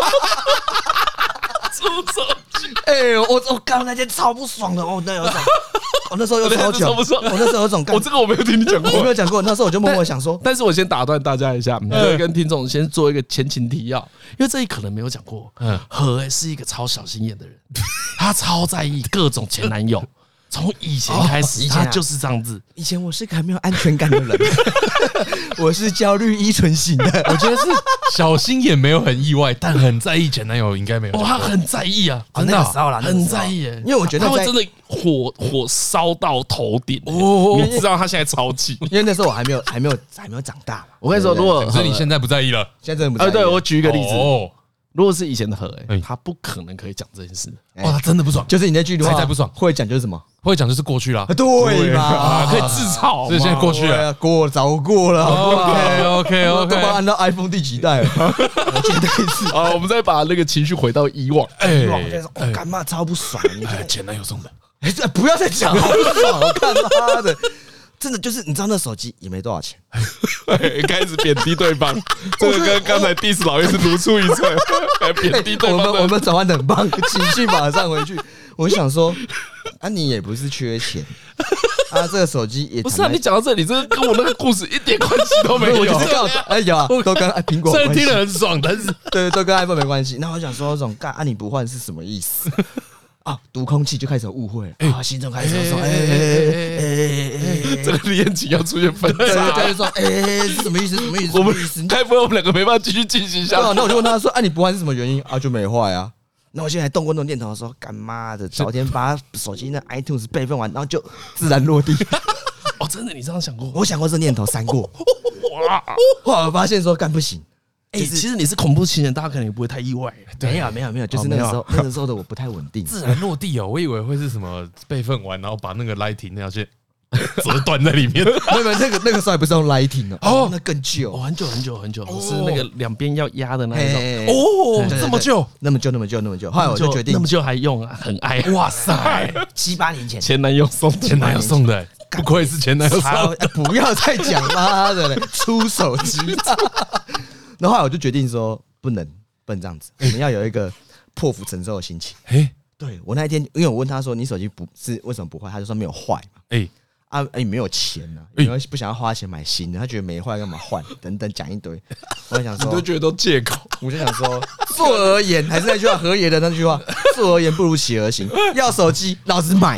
手机！哎，我我刚那天超不爽的，哦，那有种。我那时候又超久，我那时候有种， 我这个我没有听你讲过， 我没有讲过。那时候我就默默想说， 但是我先打断大家一下，跟听众先做一个前情提要，因为这里可能没有讲过。何是一个超小心眼的人，他超在意各种前男友，从以前开始，他就是这样子。 以前我是个很没有安全感的人，我是焦虑依存型的。 我觉得是小心眼没有很意外，但很在意前男友应该没有。 哦，他很在意啊， 真的很在意， 因为我觉得他会真的火火烧到头顶。哦，你知道他现在超气， 因为那时候我还没有还没有还没有长大嘛。 我跟你说，如果可是你现在不在意了， 现在真的不在意。 哎，对我举一个例子。如果是以前的何，哎，他不可能可以讲这件事。 哇，他真的不爽， 就是你那句话再不爽， 会讲就是什么？ 会讲就是过去了， 对嘛？ 可以自嘲， 所以现在过去了， 过早过了。 OK OK OK， 都把按到 iPhone 第几代了？我记得一次啊，我们再把那个情绪回到以往。 以往就是我干嘛超不爽？ 前男友送的， 哎，不要再讲，好不爽！我看妈的。真的就是，你知道那手机也没多少钱， 开始贬低对方，这个跟刚才 diss 老爷是如出一辙，贬低对方。 我们我们转换的很棒，情绪马上回去。我想说，啊，你也不是缺钱，啊，这个手机也不是啊。你讲到这里，这个跟我那个故事一点关系都没有。 我就是刚好，哎有啊，都跟苹果。 虽然听得很爽，但是对，都跟 iPhone 没关系。那我想说，这种干啊你不换是什么意思？啊，读空气就开始有误会啊，心中开始说，哎哎哎哎，这个恋情要出现分叉，就是说，哎，是什么意思？什么意思？ 我们该不会我们两个没办法继续进行下去？ 那我就问他说，啊，你不换是什么原因？啊，就没坏啊。那我现在还动过那种念头，说干妈的，早天把手机那 iTunes 备份完，然后就自然落地。 哦，真的，你这样想过？ 我想过这念头，闪过。哇！后来我发现说，干不行。 哎，其实你是恐怖情人，大家可能也不会太意外。 没有没有没有，就是那个时候那个时候的我不太稳定， 自然落地哦。我以为会是什么备份完，然后把那个 Lighting 那条线折断在里面。 没有那个那个时候还不是用 Lighting 哦，那更旧， 很久很久很久，是那个两边要压的那一种。哦，这么旧， 那么旧那么旧那么旧。后来我就决定， 那么旧还用啊，很爱。 哇塞， 七八年前前男友送前男友送的，不愧是前男友送。 不要再讲妈的出手机。然后后来我就决定说，不能不能这样子，我们要有一个破釜沉舟的心情。哎，对我那一天，因为我问他说，你手机不是为什么不坏？他就说没有坏嘛。哎啊哎，没有钱呢，因为不想要花钱买新的，他觉得没坏干嘛换？等等讲一堆。我就想说， 你都觉得都借口。 我就想说，做而言还是那句话，何爷的那句话，做而言不如起而行。要手机，老子买。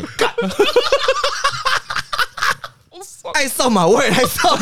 爱送嘛，我也来送。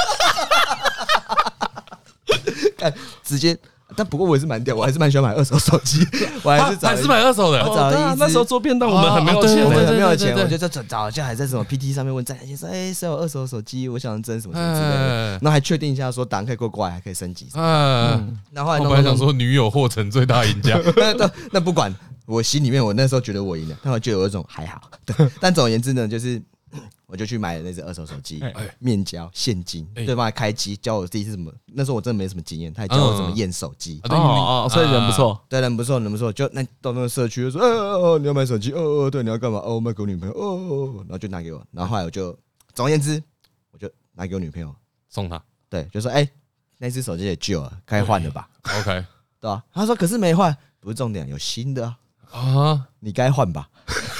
直接，但不过我也是蛮屌，我还是蛮喜欢买二手手机，我还是还是买二手的。 我找了一那时候做便当，我们很没有钱， 我们很没有钱，我就在找，好像还在什么 P T 上面问站姐说，哎，谁有二手手机？我想争什么什么之类的，然后还确定一下说档可以过过来，还可以升级。嗯，那后来我本来想说女友获成最大赢家， 那那不管，我心里面我那时候觉得我赢了，但我就有一种还好。对，但总而言之呢，就是我就去买了那只二手手机哎， 面交现金， 哎对方还开机教我第一次怎么，那时候我真的没什么经验，他还教我怎么验手机。 啊对你哦哦，所以人不错。 对，人不错，人不错。就那到那个社区就说，呃、呃，你要买手机，哦、呃、哦，对，你要干嘛？哦，我买给我女朋友，哦哦，然后就拿给我，然后后来我就，总而言之，我就拿给我女朋友， 送他对，就说，哎、欸，那只手机也旧了，该换了吧？ ，OK 对吧、啊？他说，可是没换，不是重点，有新的啊， 啊， 你该换吧？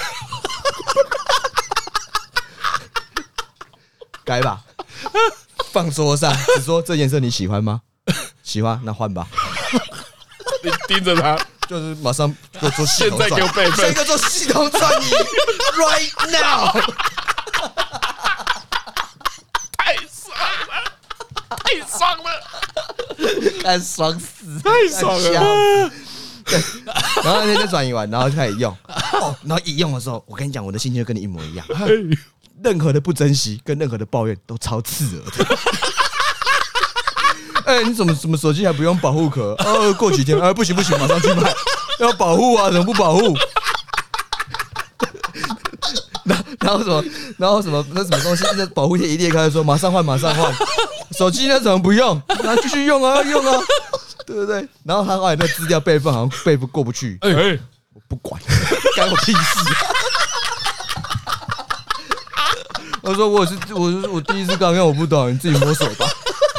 该吧？放桌上，只说这颜色你喜欢吗？喜欢，那换吧。 你盯着他， 就是马上就做系统现在给我备份现在做系统转移 ，right now。 太爽了，太爽了， 看爽死， 太爽了。 了。对，然后那天就转移完，然后就开始用。哦，然后一用的时候，我跟你讲，我的心情就跟你一模一样。任何的不珍惜跟任何的抱怨都超刺耳的。哎、欸，你怎么什么手机还不用保护壳？哦，过几天，哎、啊，不行不行，马上去买，要保护啊，怎么不保护？然然后什么，然后什么那什么东西，那保护贴一裂开说马上换，马上换。手机那怎么不用？然后继续用啊，用啊，对不对？然后他后来那资料备份好像备不过不去， 哎哎， 我不管，干我屁事。我说我是我是我第一次刚用，我不懂，你自己摸索吧。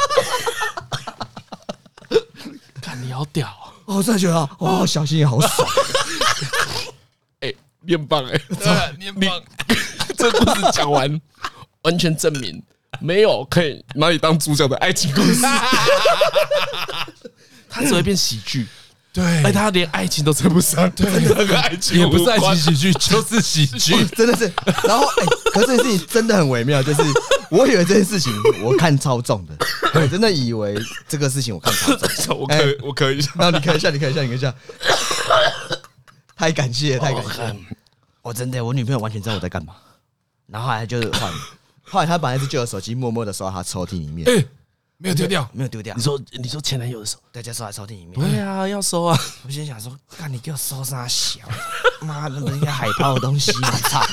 看你好屌哦，我真的觉得哇，小心也好爽。 哎，你很棒哎， 对，你很棒， 这故事讲完，完全证明没有可以拿你当主角的爱情故事，它只会变喜剧。 对， 哎，他连爱情都称不上，对，那个爱情也不是爱无关情喜剧，就是喜剧。 真的是。然后哎、欸，可是这件事情真的很微妙，就是我以为这件事情我看超重的，我真的以为这个事情我看超重。 我可以，我可以。 然后你看一下，你看一下，你看一下，太感谢了，太感谢了。我真的，我女朋友完全知道我在干嘛。然后后来就是换，后来她把那只旧的手机默默的收到她抽屉里面。 哎，没有丢掉， 没有丢掉。 你说，你说前男友的手， 大家收在抽屉里面。 对啊，要收啊。 我心想说，干你给我收啥小？妈的，人家海豹的东西，我操！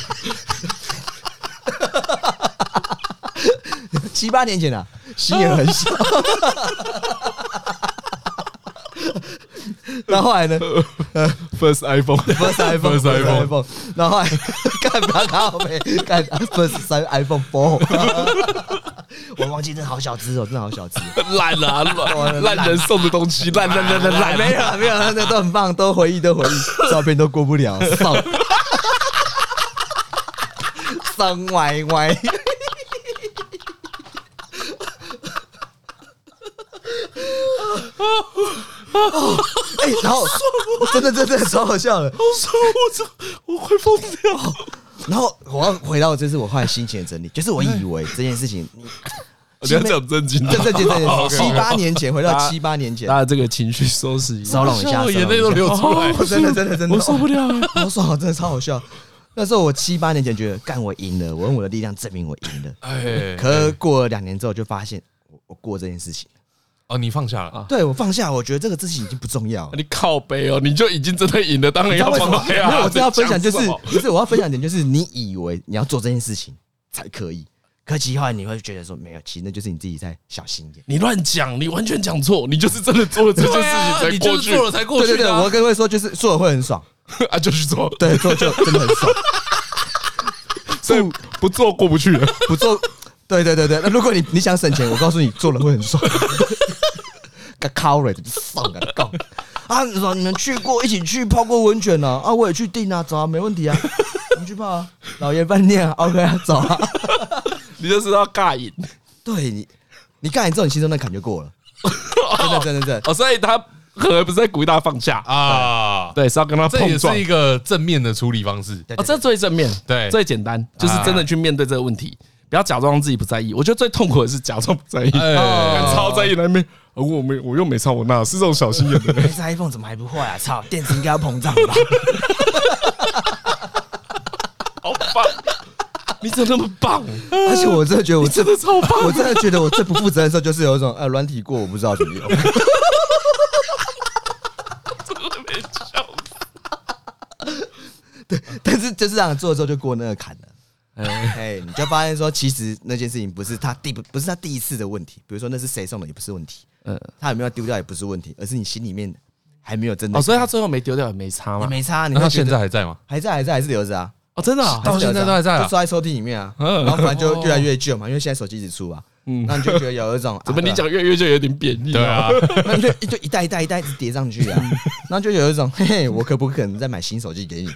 七八年前啊，心也很小。然后后来呢 ？First iPhone，First iPhone，First iPhone，然后后来干不要靠背，干 First iPhone Four。我忘记，真的好小只哦，真的好小只， 烂了啊，烂烂人送的东西，烂烂烂烂烂， 没有没有，那都很棒，都回忆都回忆，照片都过不了，送送歪歪。哎、欸，然后真的真的超好笑的， 好爽，我操，我快疯掉。 然后我要回到这次我后来心情的整理，就是我以为这件事情，你你要讲正经的， 正正经正经，七八年前回到七八年前， 大家这个情绪收拾一下， 收拢一下， 我眼泪都流出来， 真的真的真的， 我受不了， 好爽，真的超好笑。那时候我七八年前觉得，干我赢了，我用我的力量证明我赢了。 哎， 可是过了两年之后，就发现我我过这件事情。 哦，你放下了， 对我放下，我觉得这个事情已经不重要了。 你靠背哦，你就已经真的赢了，当然要放下。 没有，我这要分享就是，不是我要分享点就是，你以为你要做这件事情才可以，可其实后来你会觉得说，没有，其实那就是你自己在小心眼。 你乱讲，你完全讲错，你就是真的做了这件事情才过去， 做了才过去。 对对对，我跟各位说，就是做了会很爽啊，就去做， 对，做就真的很爽。 所以不做过不去了， 不做，对对对对。那如果你你想省钱，我告诉你，做了会很爽。个靠瑞送个够啊！你说你们去过，一起去泡过温泉呢？啊，我也去订啊，走啊，没问题啊，我们去泡啊，老爷饭店啊 ，OK 啊，走啊。 你就是要尬赢， 对你，你尬赢之后，你心中那坎就过了，真的真的真的。 哦，所以他可能不是在鼓励大家放下啊， 对，是要跟他碰撞， 这也是一个正面的处理方式。 哦，这最正面， 对， 最简单，就是真的去面对这个问题。不要假装自己不在意，我觉得最痛苦的是假装不在意，超在意那边。我没，我又没唱，我哪是这种小心眼的人？ 这 iPhone 怎么还不坏啊？操，电池应该要膨胀吧？ 好棒！你怎么那么棒？ 而且我真的觉得我真的超棒， 我真的觉得我最不负责任的时候，就是有一种呃软体过，我不知道怎么用。 真的没笑死。 对，但是就是这样做的时候就过那个坎了。 哎，你就发现说，其实那件事情不是他第不不是他第一次的问题，比如说那是谁送的也不是问题，嗯，他有没有丢掉也不是问题，而是你心里面还没有真的哦，所以他最后没丢掉也没差嘛， 也没差。 那他现在还在吗？ 还在，还在，还是留着啊？ 哦，真的啊， 到现在都还在啊， 就刷在抽屉里面啊。然后反正就越来越旧嘛，因为现在手机一直出啊。嗯，那你就觉得有一种怎么你讲越越就有点贬义， 对啊， 那就就一代一代一代一直叠上去啊，然后就有一种嘿嘿，我可不可能再买新手机给你？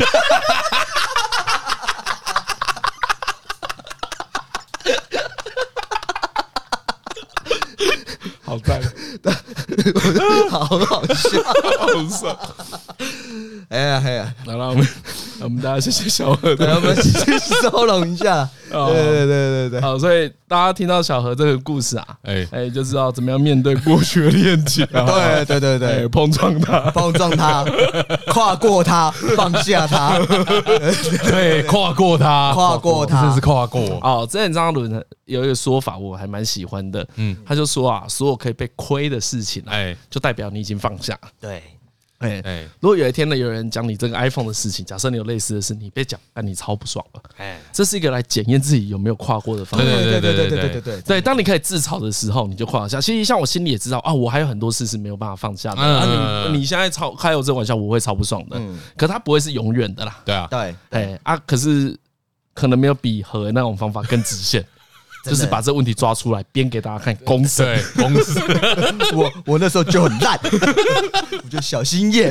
好赞， 好好笑， 好爽。 哎呀哎呀， 好了，我们我们大家谢谢小何， 我们先收拢一下。对对对对对， 好，所以大家听到小何这个故事啊，哎哎，就知道怎么样面对过去的恋情。 对对对对， 碰撞它， 碰撞它，跨过它，放下它， 对，跨过它， 跨过它， 真是跨过。 哦，之前张嘉伦有一个说法，我还蛮喜欢的，嗯，他就说啊，所有可以被亏的事情，哎，就代表你已经放下。 对。 哎哎，如果有一天呢，有人讲你这个 iPhone 的事情，假设你有类似的事，你被讲，那你超不爽了。哎，这是一个来检验自己有没有跨过的方法。 对对对对对对对对对，当你可以自嘲的时候，你就跨得下。其实像我心里也知道啊，我还有很多事是没有办法放下的。啊，你你现在超开我这玩笑，我会超不爽的。可它不会是永远的啦。 对啊， 对， 哎啊，可是可能没有比和那种方法更直线。就是把这问题抓出来，编给大家看，公审， 公审。 我我那时候就很烂，我就小心眼。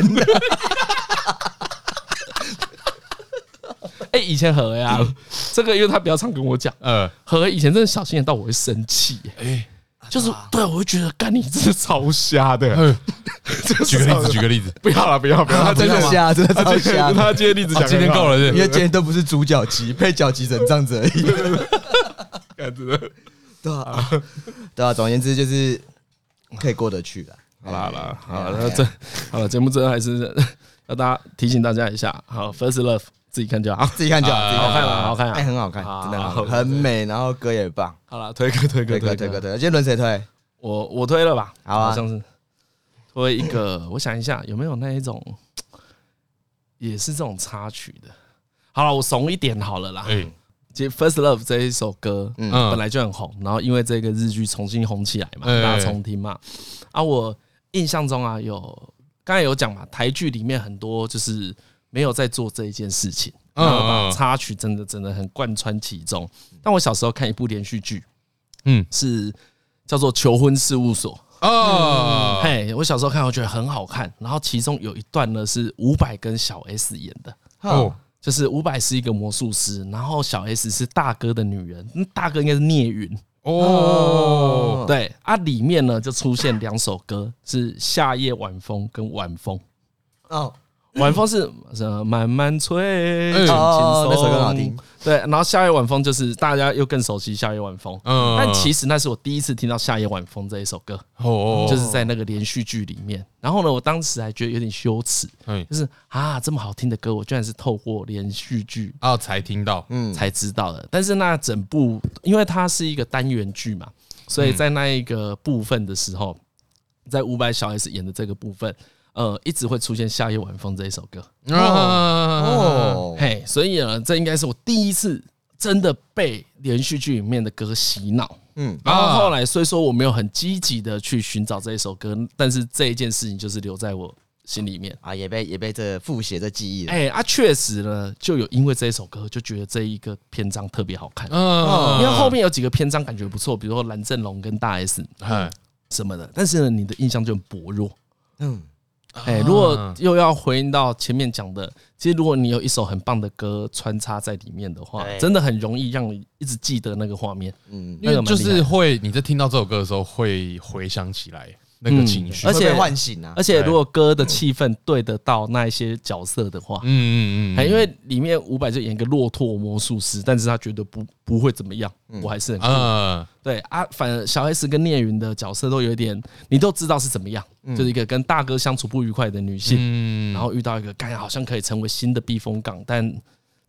哎，以前何呀，这个因为他比较常跟我讲，呃，何以前真的小心眼到我会生气，哎，就是对我会觉得，干你真的超瞎的。 举个例子，举个例子， 不要了，不要，不要， 他真的瞎，真的超瞎。 他今天例子讲今天够了， 因为今天都不是主角级，配角级成这样子而已。 真的， 对啊，对啊，总而言之就是可以过得去了。 好啦好啦，好了，这好了，节目最后还是要大家提醒大家一下，好 ，First Love 自己看就好， 自己看就好， 好看啊，好看啊， 哎，很好看，真的很美，然后歌也棒。 好了，推歌推歌推歌推歌推歌，今天轮谁推？ 我我推了吧， 好啊， 好像是推一个，我想一下有没有那一种也是这种插曲的。好了，我怂一点好了啦。其实《First Love》这一首歌，嗯，本来就很红，然后因为这个日剧重新红起来嘛，大家重听嘛。啊，我印象中啊，有刚才有讲嘛，台剧里面很多就是没有在做这一件事情，然后把插曲真的真的很贯穿其中。但我小时候看一部连续剧，嗯，是叫做《求婚事务所》哦，嘿，我小时候看我觉得很好看，然后其中有一段呢是伍佰跟小 S 演的哦。就是伍佰是一个魔术师，然后小 S 是大哥的女人，大哥应该是聂云哦。对啊，里面呢就出现两首歌，是夏夜晚风跟晚风哦。晚风是什么？慢慢吹，轻轻松， 那首歌好听。 对，然后夏夜晚风就是大家又更熟悉夏夜晚风，嗯，但其实那是我第一次听到夏夜晚风这一首歌，哦，就是在那个连续剧里面。然后呢，我当时还觉得有点羞耻，就是啊，这么好听的歌，我居然是透过连续剧哦才听到， 嗯，才知道的。但是那整部，因为它是一个单元剧嘛，所以在那一个部分的时候，在伍佰小 S 演的这个部分。呃，一直会出现《夏夜晚风》这一首歌哦，嘿，所以呢，这应该是我第一次真的被连续剧里面的歌洗脑。嗯，然后后来虽说我没有很积极的去寻找这一首歌，但是这一件事情就是留在我心里面啊，也被也被这复写这记忆了。 哎啊，确实呢，就有因为这一首歌，就觉得这一个篇章特别好看。嗯，因为后面有几个篇章感觉不错，比如说蓝正龙跟大 S 什么的，但是呢，你的印象就很薄弱。嗯。哎，如果又要回应到前面讲的，其实如果你有一首很棒的歌穿插在里面的话，真的很容易让你一直记得那个画面。嗯， 因为就是会你在听到这首歌的时候会回想起来那个情绪， 而且唤醒啊。 而且如果歌的气氛对得到那一些角色的话，嗯嗯嗯，因为里面伍佰就演一个骆驼魔术师，但是他觉得不不会怎么样，我还是很酷。对啊，反而小 S 跟聂云的角色都有一点，你都知道是怎么样，就是一个跟大哥相处不愉快的女性，然后遇到一个感觉好像可以成为新的避风港，但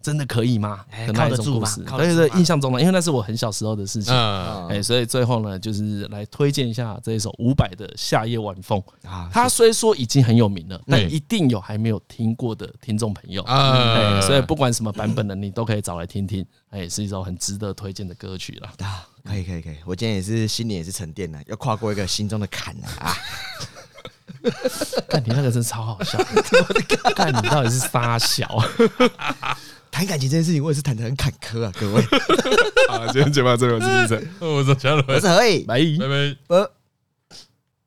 真的可以吗？ 哎的那一靠得住吗种故事， 靠得住吗对对对，印象中的，因为那是我很小时候的事情， 嗯， 哎，所以最后呢，就是来推荐一下这一首伍佰的《夏夜晚风》 啊它虽说已经很有名了，但对一定有还没有听过的听众朋友， 啊哎，所以不管什么版本的，你都可以找来听听，哎，是一首很值得推荐的歌曲了。 啊，可以可以可以，我今天也是心里也是沉淀了，要跨过一个心中的坎了啊！ 看你那个真超好笑，看你到底是傻小。 谈感情这件事情，我也是谈得很坎坷啊，各位。 好，今天节目到这里，我是医生， 我是嘉伦， 我是何以， 拜。 拜拜。 呃。